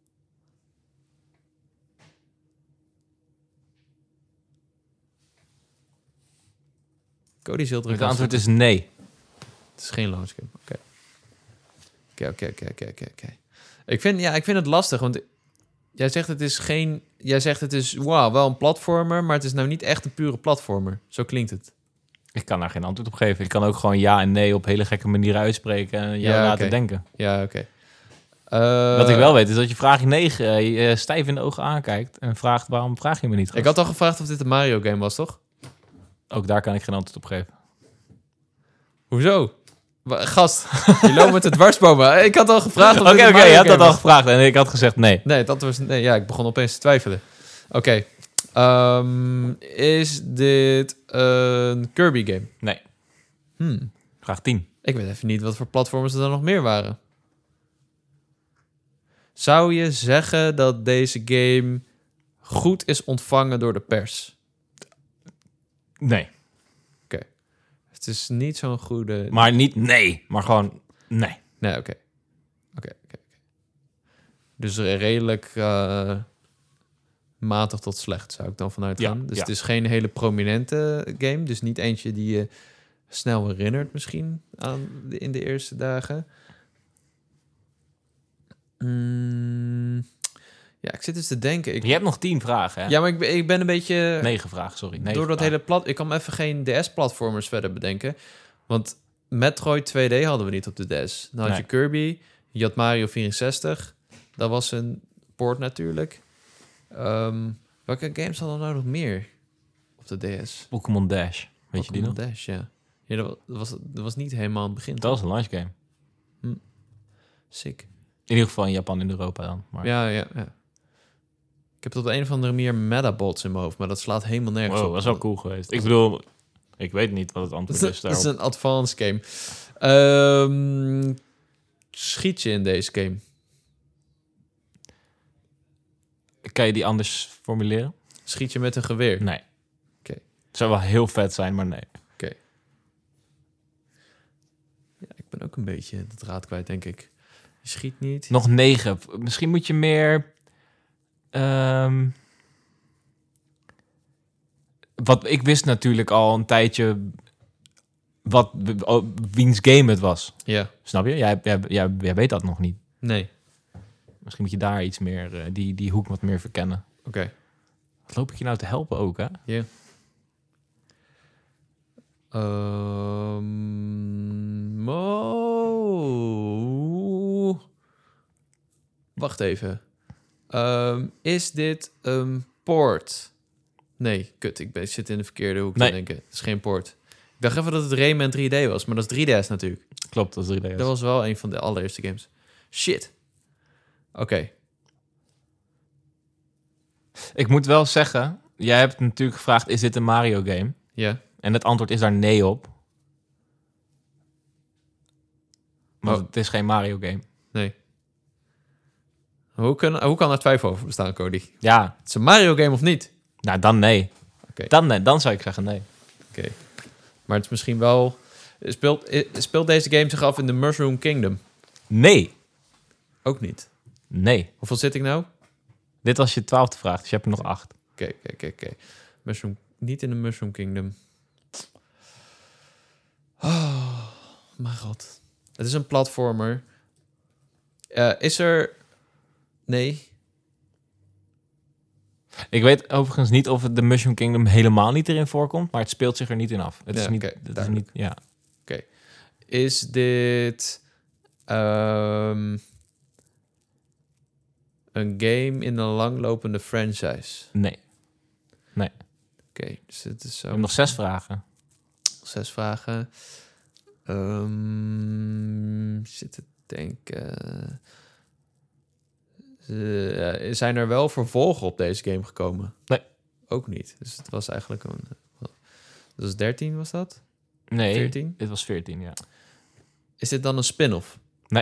Cody Zilderen. Het antwoord is nee. Het is geen launch game. Oké. Ik vind het lastig, want jij zegt het is wel een platformer, maar het is nou niet echt een pure platformer. Zo klinkt het. Ik kan daar geen antwoord op geven. Ik kan ook gewoon ja en nee op hele gekke manieren uitspreken en jou laten denken. Ja, oké. Wat ik wel weet is dat je vraag 9 je stijf in de ogen aankijkt en vraagt waarom vraag je me niet? Gast? Ik had al gevraagd of dit een Mario game was, toch? Ook daar kan ik geen antwoord op geven. Hoezo? Gast, je loopt met het dwarsbomen. Ik had al gevraagd of Oké, je had dat al gevraagd en ik had gezegd nee. Nee, ik begon opeens te twijfelen. Oké. Is dit een Kirby game? Nee. Vraag 10. Ik weet even niet wat voor platformers er dan nog meer waren. Zou je zeggen dat deze game goed is ontvangen door de pers? Nee. Oké. Het is niet zo'n goede... Maar niet nee, maar gewoon nee. Nee, oké. Dus redelijk matig tot slecht, zou ik dan vanuit gaan. Dus het is geen hele prominente game. Dus niet eentje die je snel herinnert misschien in de eerste dagen. Ja, ik zit dus te denken. Je hebt nog 10 vragen, hè? Ja, maar ik ben een beetje... 9 vragen, sorry. 9 door dat vragen. hele ik kan even geen DS-platformers verder bedenken. Want Metroid 2D hadden we niet op de DS. Dan had je Kirby, je had Mario 64. Dat was een port natuurlijk. Welke games hadden we nou nog meer op de DS? Pokémon Dash. Weet je die nog? Dash, ja. Dat was niet helemaal aan het begin. Dat was een launch game. Sick. In ieder geval in Japan en Europa dan. Maar... Ja. Ik heb tot een of andere manier Metabots in mijn hoofd, maar dat slaat helemaal nergens op. Dat was wel cool geweest. Ik bedoel, ik weet niet wat het antwoord is daarop. Het is een advanced game. Schiet je in deze game? Kan je die anders formuleren? Schiet je met een geweer? Nee. Oké. Het zou wel heel vet zijn, maar nee. Oké. Ja, ik ben ook een beetje de draad kwijt, denk ik. Je schiet niet. Nog 9. Misschien moet je meer... Wat ik wist natuurlijk al een tijdje... wiens game het was. Ja. Snap je? Jij weet dat nog niet. Nee. Misschien moet je daar iets meer... die hoek wat meer verkennen. Oké. Wat loop ik je nou te helpen ook, hè? Ja. Wacht even. Is dit een port? Nee, kut. Ik zit in de verkeerde hoek te denken. Het is geen port. Ik dacht even dat het Rayman 3D was, maar dat is 3DS natuurlijk. Klopt, dat is 3DS. Dat was wel een van de allereerste games. Shit. Oké. Ik moet wel zeggen... jij hebt natuurlijk gevraagd, is dit een Mario game? Ja. En het antwoord is daar nee op. Want het is geen Mario game. Nee. Hoe kan er twijfel over bestaan, Cody? Ja. Het is een Mario game of niet? Nou, dan nee. Okay. Dan zou ik zeggen nee. Oké. Maar het is misschien wel... Speelt deze game zich af in de Mushroom Kingdom? Nee. Ook niet? Nee. Hoeveel zit ik nou? Dit was je 12e vraag, dus je hebt er nog 8. Oké. Niet in de Mushroom Kingdom. Oh, mijn god. Het is een platformer. Is er... Nee. Ik weet overigens niet of de Mushroom Kingdom helemaal niet erin voorkomt, maar het speelt zich er niet in af. Het is niet... Het is niet ja. Oké. Is dit... een game in een langlopende franchise? Nee. Oké, dus het is zo... We hebben nog 6 vragen. 6 vragen. Zit te denken... zijn er wel vervolgen op deze game gekomen? Nee. Ook niet. Dus het was eigenlijk een... Dat was 13, was dat? Nee, 14? Dit was 14, ja. Is dit dan een spin-off? Nee.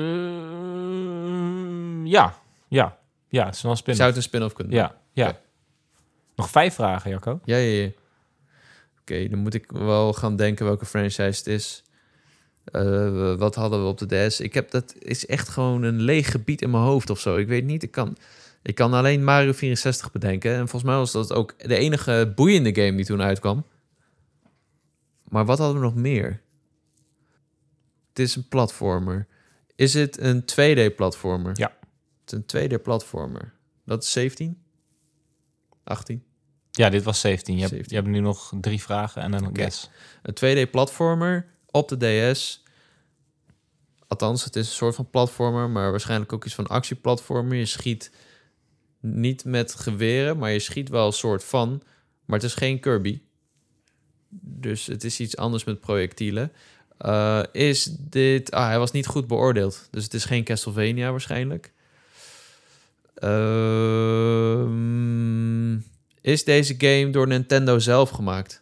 Ja, het is wel een spin-off. Zou het een spin-off kunnen? Ja. Okay. Nog 5 vragen, Jacco. Ja. Oké, dan moet ik wel gaan denken welke franchise het is. Wat hadden we op de DS? Dat is echt gewoon een leeg gebied in mijn hoofd of zo. Ik weet niet, ik kan alleen Mario 64 bedenken. En volgens mij was dat ook de enige boeiende game die toen uitkwam. Maar wat hadden we nog meer? Het is een platformer. Is het een 2D-platformer? Ja. Het is een 2D-platformer. Dat is 17? 18? Ja, dit was 17. Je hebt nu nog 3 vragen en dan een guess. Een 2D-platformer op de DS. Althans, het is een soort van platformer, maar waarschijnlijk ook iets van actieplatformer. Je schiet niet met geweren, maar je schiet wel een soort van. Maar het is geen Kirby. Dus het is iets anders met projectielen. Is dit... hij was niet goed beoordeeld. Dus het is geen Castlevania waarschijnlijk. Is deze game door Nintendo zelf gemaakt?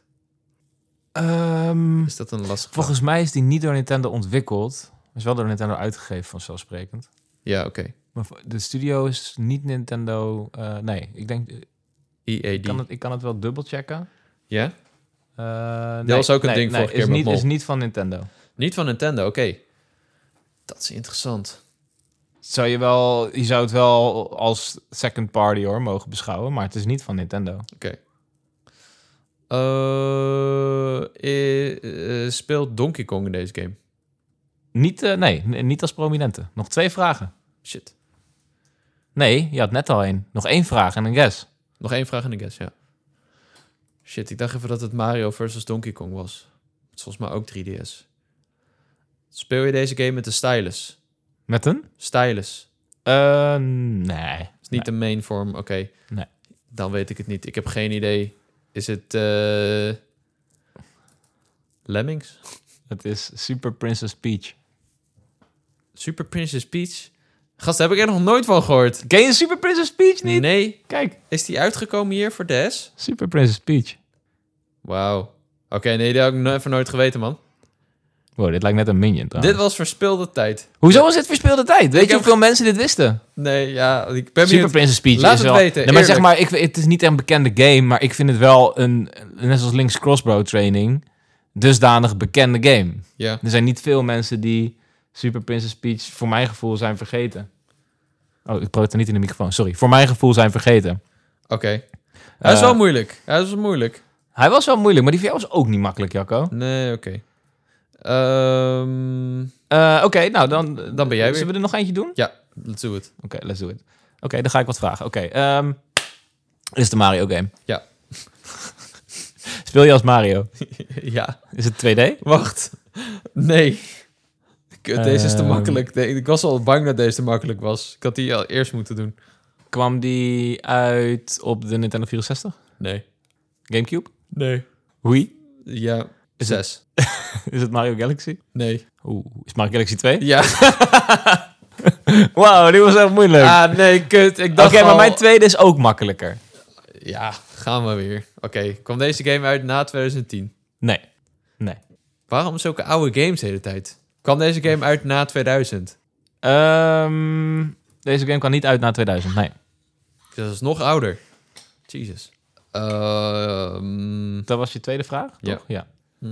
Is dat een lastige Volgens mij is die niet door Nintendo ontwikkeld. Is wel door Nintendo uitgegeven, vanzelfsprekend. Ja, oké. Maar de studio is niet Nintendo... nee, ik denk... EAD. Ik kan het wel dubbelchecken. Ja? Dat was ook een ding vorige keer met Mol. Is niet van Nintendo. Niet van Nintendo, oké. Dat is interessant. Je zou het wel als second party mogen beschouwen, maar het is niet van Nintendo. Oké. Speelt Donkey Kong in deze game? Niet als prominente. Nog 2 vragen. Shit. Nee, je had net al 1. Nog 1 vraag en een guess. Nog 1 vraag en een guess, ja. Shit, ik dacht even dat het Mario versus Donkey Kong was. Het is volgens mij ook 3DS. Speel je deze game met de stylus? Met een? Stylus. Nee. Het is niet de main vorm, oké. Nee. Dan weet ik het niet. Ik heb geen idee. Is het... Lemmings? Het is Super Princess Peach. Super Princess Peach? Gast, daar heb ik er nog nooit van gehoord. Ken je Super Princess Peach niet? Nee. Kijk. Is die uitgekomen hier voor DS? Super Princess Peach. Wauw. Oké, nee, dat heb ik even nooit geweten, man. Wow, dit lijkt net een Minion trouwens. Dit was verspilde tijd. Hoezo was dit verspilde tijd? Weet je hoeveel mensen dit wisten? Nee, ja, ik ben Super Princess Peach Laat is het wel... weten, nee, maar zeg maar, het is niet een bekende game, maar ik vind het wel net zoals Link's Crossbow Training, dusdanig bekende game. Ja. Er zijn niet veel mensen die Super Princess Peach voor mijn gevoel zijn vergeten. Oh, ik praat er niet in de microfoon. Sorry. Voor mijn gevoel zijn vergeten. Oké. Hij is wel moeilijk. Hij was moeilijk. Hij was wel moeilijk, maar die van jou was ook niet makkelijk, Jacco. Nee, oké. Oké, nou dan ben jij weer. Zullen we er nog eentje doen? Ja, let's do it. Oké, let's do it. Oké, dan ga ik wat vragen. Oké, is het een Mario game? Ja. Speel je als Mario? Ja. Is het 2D? Wacht. Nee. Deze is te makkelijk. Ik was al bang dat deze te makkelijk was. Ik had die al eerst moeten doen. Kwam die uit op de Nintendo 64? Nee. Gamecube? Nee. Wii? Ja. 6. Is het Mario Galaxy? Nee. Oeh, is Mario Galaxy 2? Ja. Wauw, die was echt moeilijk. Ah, nee, kut. Oké, maar mijn tweede is ook makkelijker. Ja, gaan we weer. Oké, kwam deze game uit na 2010? Nee. Waarom zulke oude games de hele tijd? Kwam deze game uit na 2000? Deze game kwam niet uit na 2000, nee. Dat is nog ouder. Jesus. Dat was je tweede vraag, toch? Ja.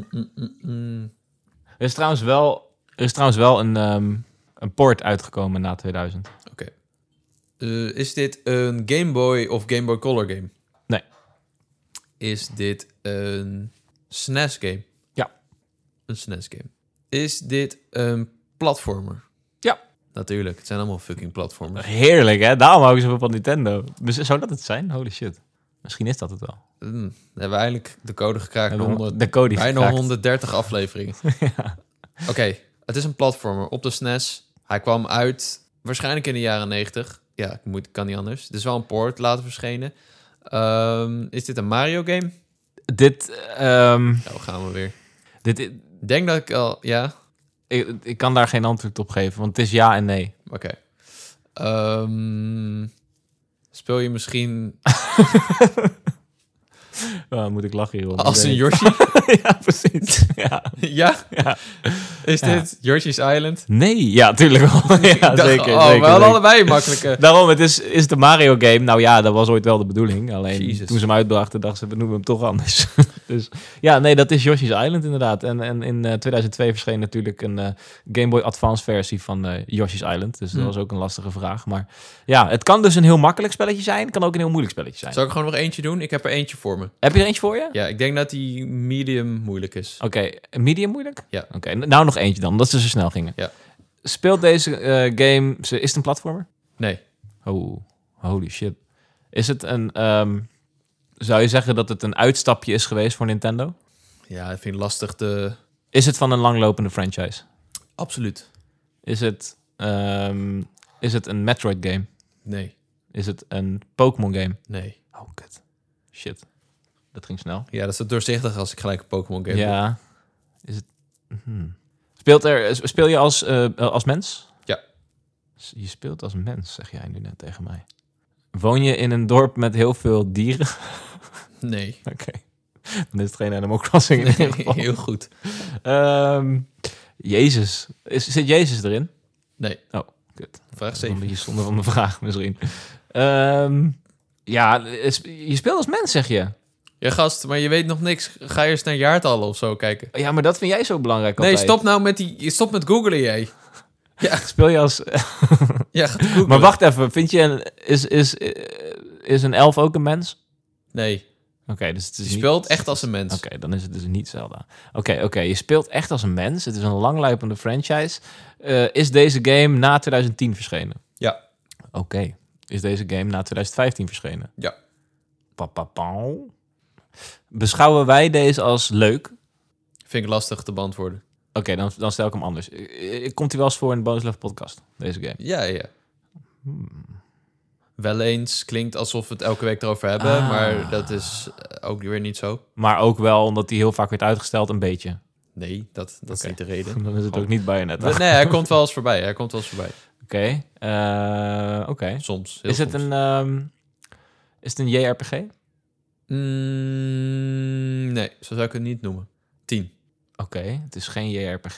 Er is trouwens wel een port uitgekomen na 2000. Oké. Is dit een Game Boy of Game Boy Color game? Nee. Is dit een SNES game? Ja. Een SNES game. Is dit een platformer? Ja. Natuurlijk, het zijn allemaal fucking platformers. Heerlijk, hè? Daarom hou ik zoveel van Nintendo. Zou dat het zijn? Holy shit. Misschien is dat het wel. Dan hebben we eindelijk de code gekraakt. Bijna 130 afleveringen. Ja. Oké, het is een platformer op de SNES. Hij kwam uit waarschijnlijk in de jaren 90. Ja, kan niet anders. Het is wel een port later verschenen. Is dit een Mario game? Ja, hoe gaan we weer? Denk dat ik al... Ja? Ik kan daar geen antwoord op geven, want het is ja en nee. Oké. Speel je misschien... Moet ik lachen hierom? Als een Yoshi? Ja, precies. Ja? Is dit Yoshi's Island? Nee, ja, tuurlijk wel. Ja, zeker. We hadden allebei makkelijke. Daarom, het is de Mario game. Nou ja, dat was ooit wel de bedoeling. Alleen toen ze hem uitbrachten, dachten ze, we noemen hem toch anders. Dus ja, nee, dat is Yoshi's Island inderdaad. En in 2002 verscheen natuurlijk een Game Boy Advance versie van Yoshi's Island. Dus dat was ook een lastige vraag. Maar ja, het kan dus een heel makkelijk spelletje zijn. Het kan ook een heel moeilijk spelletje zijn. Zal ik gewoon nog eentje doen? Ik heb er eentje voor me. Heb je er eentje voor je? Ja, ik denk dat die medium moeilijk is. Oké, medium moeilijk? Ja. Oké, nou nog eentje dan, dat ze zo snel gingen. Ja. Speelt deze game... Is het een platformer? Nee. Oh, holy shit. Is het een... zou je zeggen dat het een uitstapje is geweest voor Nintendo? Ja, ik vind het lastig Is het van een langlopende franchise? Absoluut. Is het een Metroid game? Nee. Is het een Pokémon game? Nee. Oh, kut. Shit. Dat ging snel. Ja, dat is doorzichtig als ik gelijk een Pokémon game Ja. Is het... Speel je als mens? Ja. Je speelt als mens, zeg jij nu net tegen mij. Woon je in een dorp met heel veel dieren? Nee. Oké. Dan is het geen Animal Crossing in ieder geval. Heel goed. Jezus. Zit Jezus erin? Nee. Oh, kut. Vraag 7. Een beetje zonde van de vraag misschien. Ja, je speelt als mens, zeg je? Ja, gast, maar je weet nog niks. Ga je eens naar jaartallen of zo kijken? Ja, maar dat vind jij zo belangrijk Nee, altijd. stop nou stop met googlen, jij. Ja. Speel je als... Ja, ga googlen. Maar wacht even, vind je is een elf ook een mens? Nee. Oké, dus het is je speelt echt als een mens. Oké, dan is het dus niet Zelda. Oké, je speelt echt als een mens. Het is een langluipende franchise. Is deze game na 2010 verschenen? Ja. Oké. Is deze game na 2015 verschenen? Ja. Beschouwen wij deze als leuk? Vind ik lastig te beantwoorden. Oké, dan stel ik hem anders. Komt hij wel eens voor in de Bonus Level podcast, deze game? Ja. Wel eens klinkt alsof we het elke week erover hebben, maar dat is ook weer niet zo. Maar ook wel omdat hij heel vaak werd uitgesteld, een beetje. Nee, dat is niet de reden. Dan is het ook niet bij je net. Nee, hij komt wel eens voorbij. Oké. Soms. Is het een JRPG? Nee, zo zou ik het niet noemen. 10. Oké, het is geen JRPG.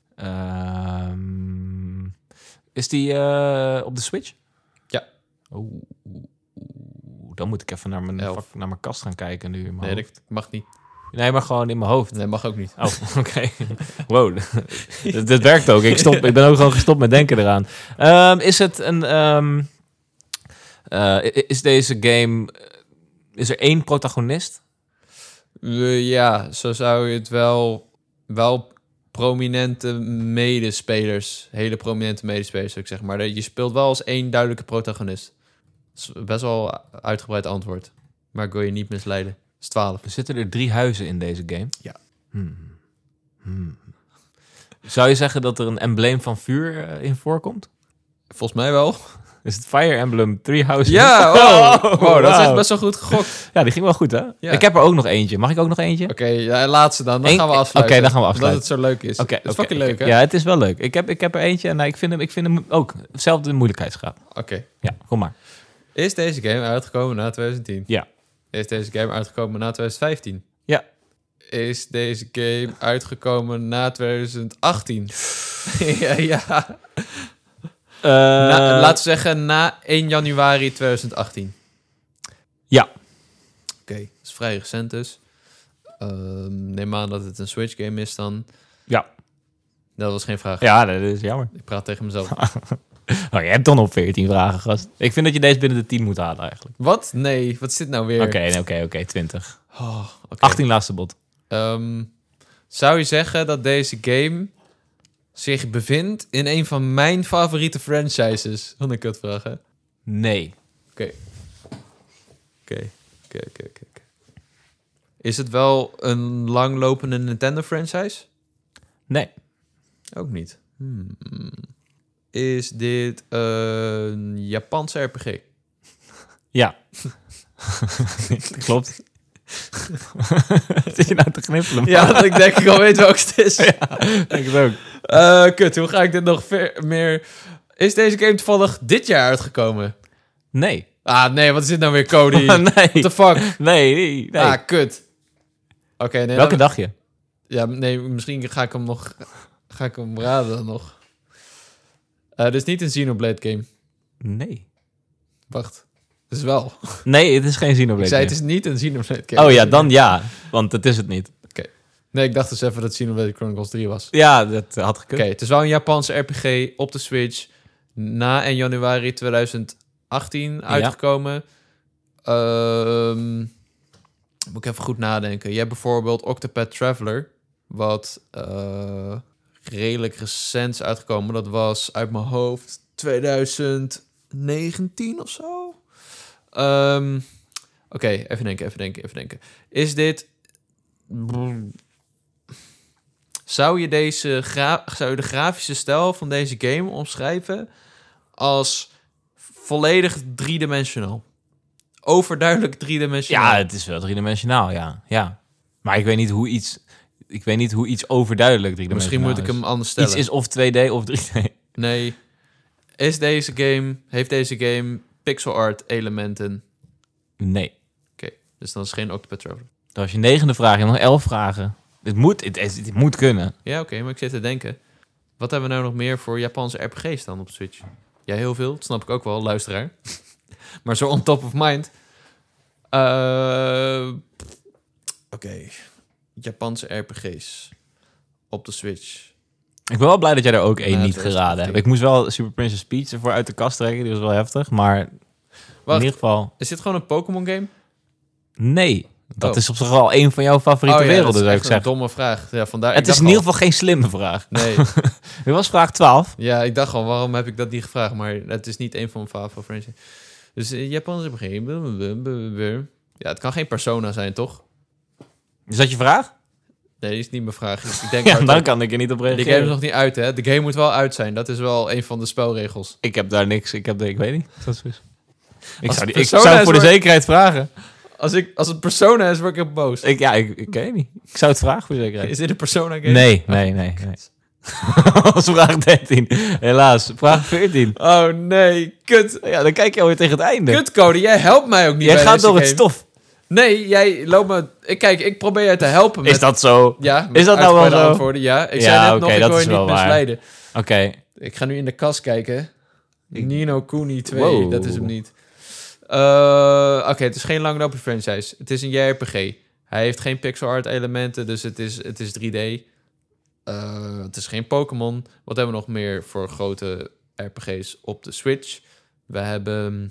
Is die op de Switch? Ja. Oh, dan moet ik even naar mijn kast gaan kijken nu in mijn hoofd. Dat mag niet. Nee, maar gewoon in mijn hoofd. Nee, mag ook niet. Oh, oké. Wow, dat werkt ook. Ik ben ook gewoon gestopt met denken eraan. Is het een... is deze game... Is er één protagonist? Ja, zo zou je het wel prominente medespelers, hele prominente medespelers, zou ik zeggen. Maar je speelt wel als één duidelijke protagonist. Dat is best wel uitgebreid antwoord. Maar ik wil je niet misleiden. Het is 12. Zitten er 3 huizen in deze game? Ja. Zou je zeggen dat er een embleem van vuur in voorkomt? Volgens mij wel. Is het Fire Emblem 3 Houses? Ja, dat is echt best wel goed gegokt. Ja, die ging wel goed, hè? Ja. Ik heb er ook nog eentje. Mag ik ook nog eentje? Laatste dan. Dan gaan we afsluiten. Oké, dan gaan we afsluiten. Omdat het zo leuk is. Het is fucking leuk, hè? Ja, het is wel leuk. Ik heb er eentje en ik vind hem ook hetzelfde moeilijkheidsgraad. Oké. Ja, kom maar. Is deze game uitgekomen na 2010? Ja. Is deze game uitgekomen na 2015? Ja. Is deze game uitgekomen na 2018? ja. Laten we zeggen na 1 januari 2018. Ja. Oké, dat is vrij recent dus. Neem aan dat het een Switch game is dan. Ja. Dat was geen vraag. Ja, dat is jammer. Ik praat tegen mezelf. Je hebt dan op 14 vragen, gast. Ik vind dat je deze binnen de 10 moet halen eigenlijk. Wat? Nee, wat is dit nou weer? Oké, 20. Oh, okay. 18 laatste bot. Zou je zeggen dat deze game zich bevindt in een van mijn favoriete franchises? Wat een kutvraag, hè? Nee. Oké. Is het wel een langlopende Nintendo franchise? Nee. Ook niet. Is dit een Japanse RPG? Ja. Klopt. Zit je nou te knippelen? Ja, dat ik denk ik al weet welke het is. Ja, denk ik ook. Kut, hoe ga ik dit nog meer... Is deze game toevallig dit jaar uitgekomen? Nee. Ah, nee, wat is dit nou weer, Cody? Nee. What the fuck? Nee. Ah, kut. Oké, nee. Welke dag je? Ja, nee, misschien ga ik hem raden dan nog. Dit is niet een Xenoblade game. Nee. Wacht. Het is wel. Nee, het is geen Xenoblade Ik zei, game. het is niet een Xenoblade game. Oh ja, dan ja. Want het is het niet. Oké. Nee, ik dacht dus even dat Xenoblade Chronicles 3 was. Ja, dat had gekund. Oké, het is wel een Japanse RPG op de Switch. Na 1 januari 2018 uitgekomen. Moet ik even goed nadenken. Je hebt bijvoorbeeld Octopath Traveler. Wat redelijk recent is uitgekomen. Dat was uit mijn hoofd 2019 of zo. Oké, even denken. Is dit... Zou je de grafische stijl van deze game omschrijven als volledig driedimensionaal? Overduidelijk driedimensionaal. Ja, het is wel driedimensionaal, ja. Maar ik weet niet hoe iets overduidelijk driedimensionaal Misschien moet ik hem anders stellen. Iets is of 2D of 3D. Nee. Heeft deze game pixel art elementen? Nee. Oké, dus dan is het geen Octopath Traveler. Dat was je 9e vraag. Je hebt nog 11 vragen. Het moet kunnen. Ja, oké, maar ik zit te denken. Wat hebben we nou nog meer voor Japanse RPG's dan op Switch? Ja, heel veel. Dat snap ik ook wel, luisteraar. Maar zo on top of mind. Oké. Japanse RPG's op de Switch. Ik ben wel blij dat jij er ook één niet geraden hebt. Ik moest wel Super Princess Peach ervoor uit de kast trekken. Die was wel heftig, maar in ieder geval... Is dit gewoon een Pokémon game? Nee. Dat is op zich wel een van jouw favoriete werelden, zou ik zeggen. Dat is een domme vraag. Ja, vandaar, het is in ieder geval geen slimme vraag. Nee. Dit was vraag 12. Ja, ik dacht al, waarom heb ik dat niet gevraagd? Maar het is niet een van mijn favoriete franchises. Dus Japanse begin. Ja, het kan geen Persona zijn, toch? Is dat je vraag? Nee, die is niet mijn vraag. Ik denk ja, dan kan ik er niet op reageren. De game is nog niet uit, hè? De game moet wel uit zijn. Dat is wel een van de spelregels. Ik heb daar niks. Ik weet niet. Dat is ik zou voor de zekerheid vragen. Als het Persona is, word ik boos. Ik weet niet. Ik zou het vragen voor de zekerheid. Is dit een Persona game? Nee. Dat is vraag 13. Helaas. Vraag 14. Oh nee, kut. Ja, dan kijk je alweer tegen het einde. Kut, Cody. Jij helpt mij ook niet. Jij gaat door het stof. Nee, jij loopt me... Ik probeer je te helpen met... Is dat zo? Ja, is dat nou wel zo? Antwoorden. Ja, ik zei net nog, ik wil je niet misleiden. Oké. Ik ga nu in de kast kijken. Ni no Kuni 2, dat is hem niet. Oké, het is geen langlopende franchise. Het is een JRPG. Hij heeft geen pixel art elementen, dus het is 3D. Het is geen Pokémon. Wat hebben we nog meer voor grote RPG's op de Switch? We hebben...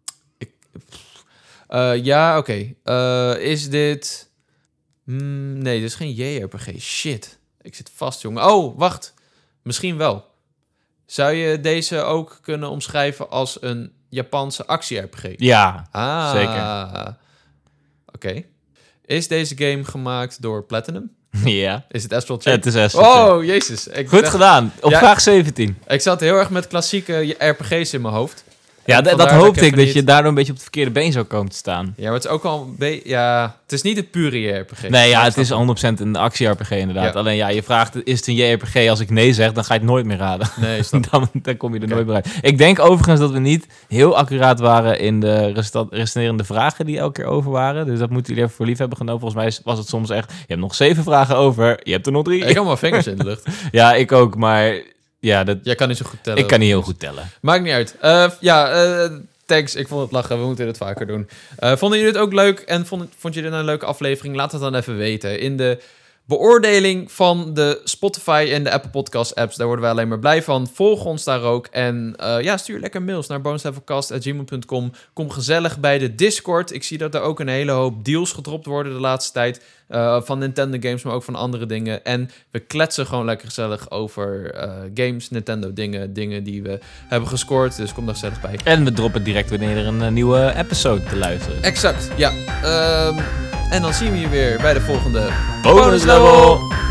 is dit... nee, dit is geen JRPG. Shit. Ik zit vast, jongen. Oh, wacht. Misschien wel. Zou je deze ook kunnen omschrijven als een Japanse actie-RPG? Ja, zeker. Oké. Is deze game gemaakt door Platinum? Ja. Is het Astral Chain? Het is Astral Chain. Oh, jezus. Goed gedaan. Op vraag 17. Ik zat heel erg met klassieke RPG's in mijn hoofd. Ja, dat hoopte ik, dat je daardoor een beetje op het verkeerde been zou komen te staan. Ja, maar het is ook al het is niet een pure JRPG. Nee, ja, het is 100% een actie-RPG inderdaad. Ja. Alleen je vraagt, is het een JRPG? Als ik nee zeg, dan ga je het nooit meer raden. Nee, dan kom je er nooit meer uit. Ik denk overigens dat we niet heel accuraat waren in de resterende vragen die elke keer over waren. Dus dat moeten jullie even voor lief hebben genomen. Volgens mij was het soms echt, je hebt nog 7 vragen over, je hebt er nog 3. Ik had mijn vingers in de lucht. Ja, ik ook, maar... Ja, jij kan niet zo goed tellen. Ik kan niet heel goed tellen. Maakt niet uit. Thanks, ik vond het lachen. We moeten dit vaker doen. Vonden jullie het ook leuk? En vond je dit een leuke aflevering? Laat het dan even weten. In de beoordeling van de Spotify en de Apple Podcast apps. Daar worden wij alleen maar blij van. Volg ons daar ook. En stuur lekker mails naar bonuslevelcast@gmail.com. Kom gezellig bij de Discord. Ik zie dat er ook een hele hoop deals gedropt worden de laatste tijd. Van Nintendo games, maar ook van andere dingen. En we kletsen gewoon lekker gezellig over games, Nintendo dingen die we hebben gescoord. Dus kom daar gezellig bij. En we droppen direct wanneer er een nieuwe episode te luisteren. Exact, ja. En dan zien we je weer bij de volgende Bonus Level!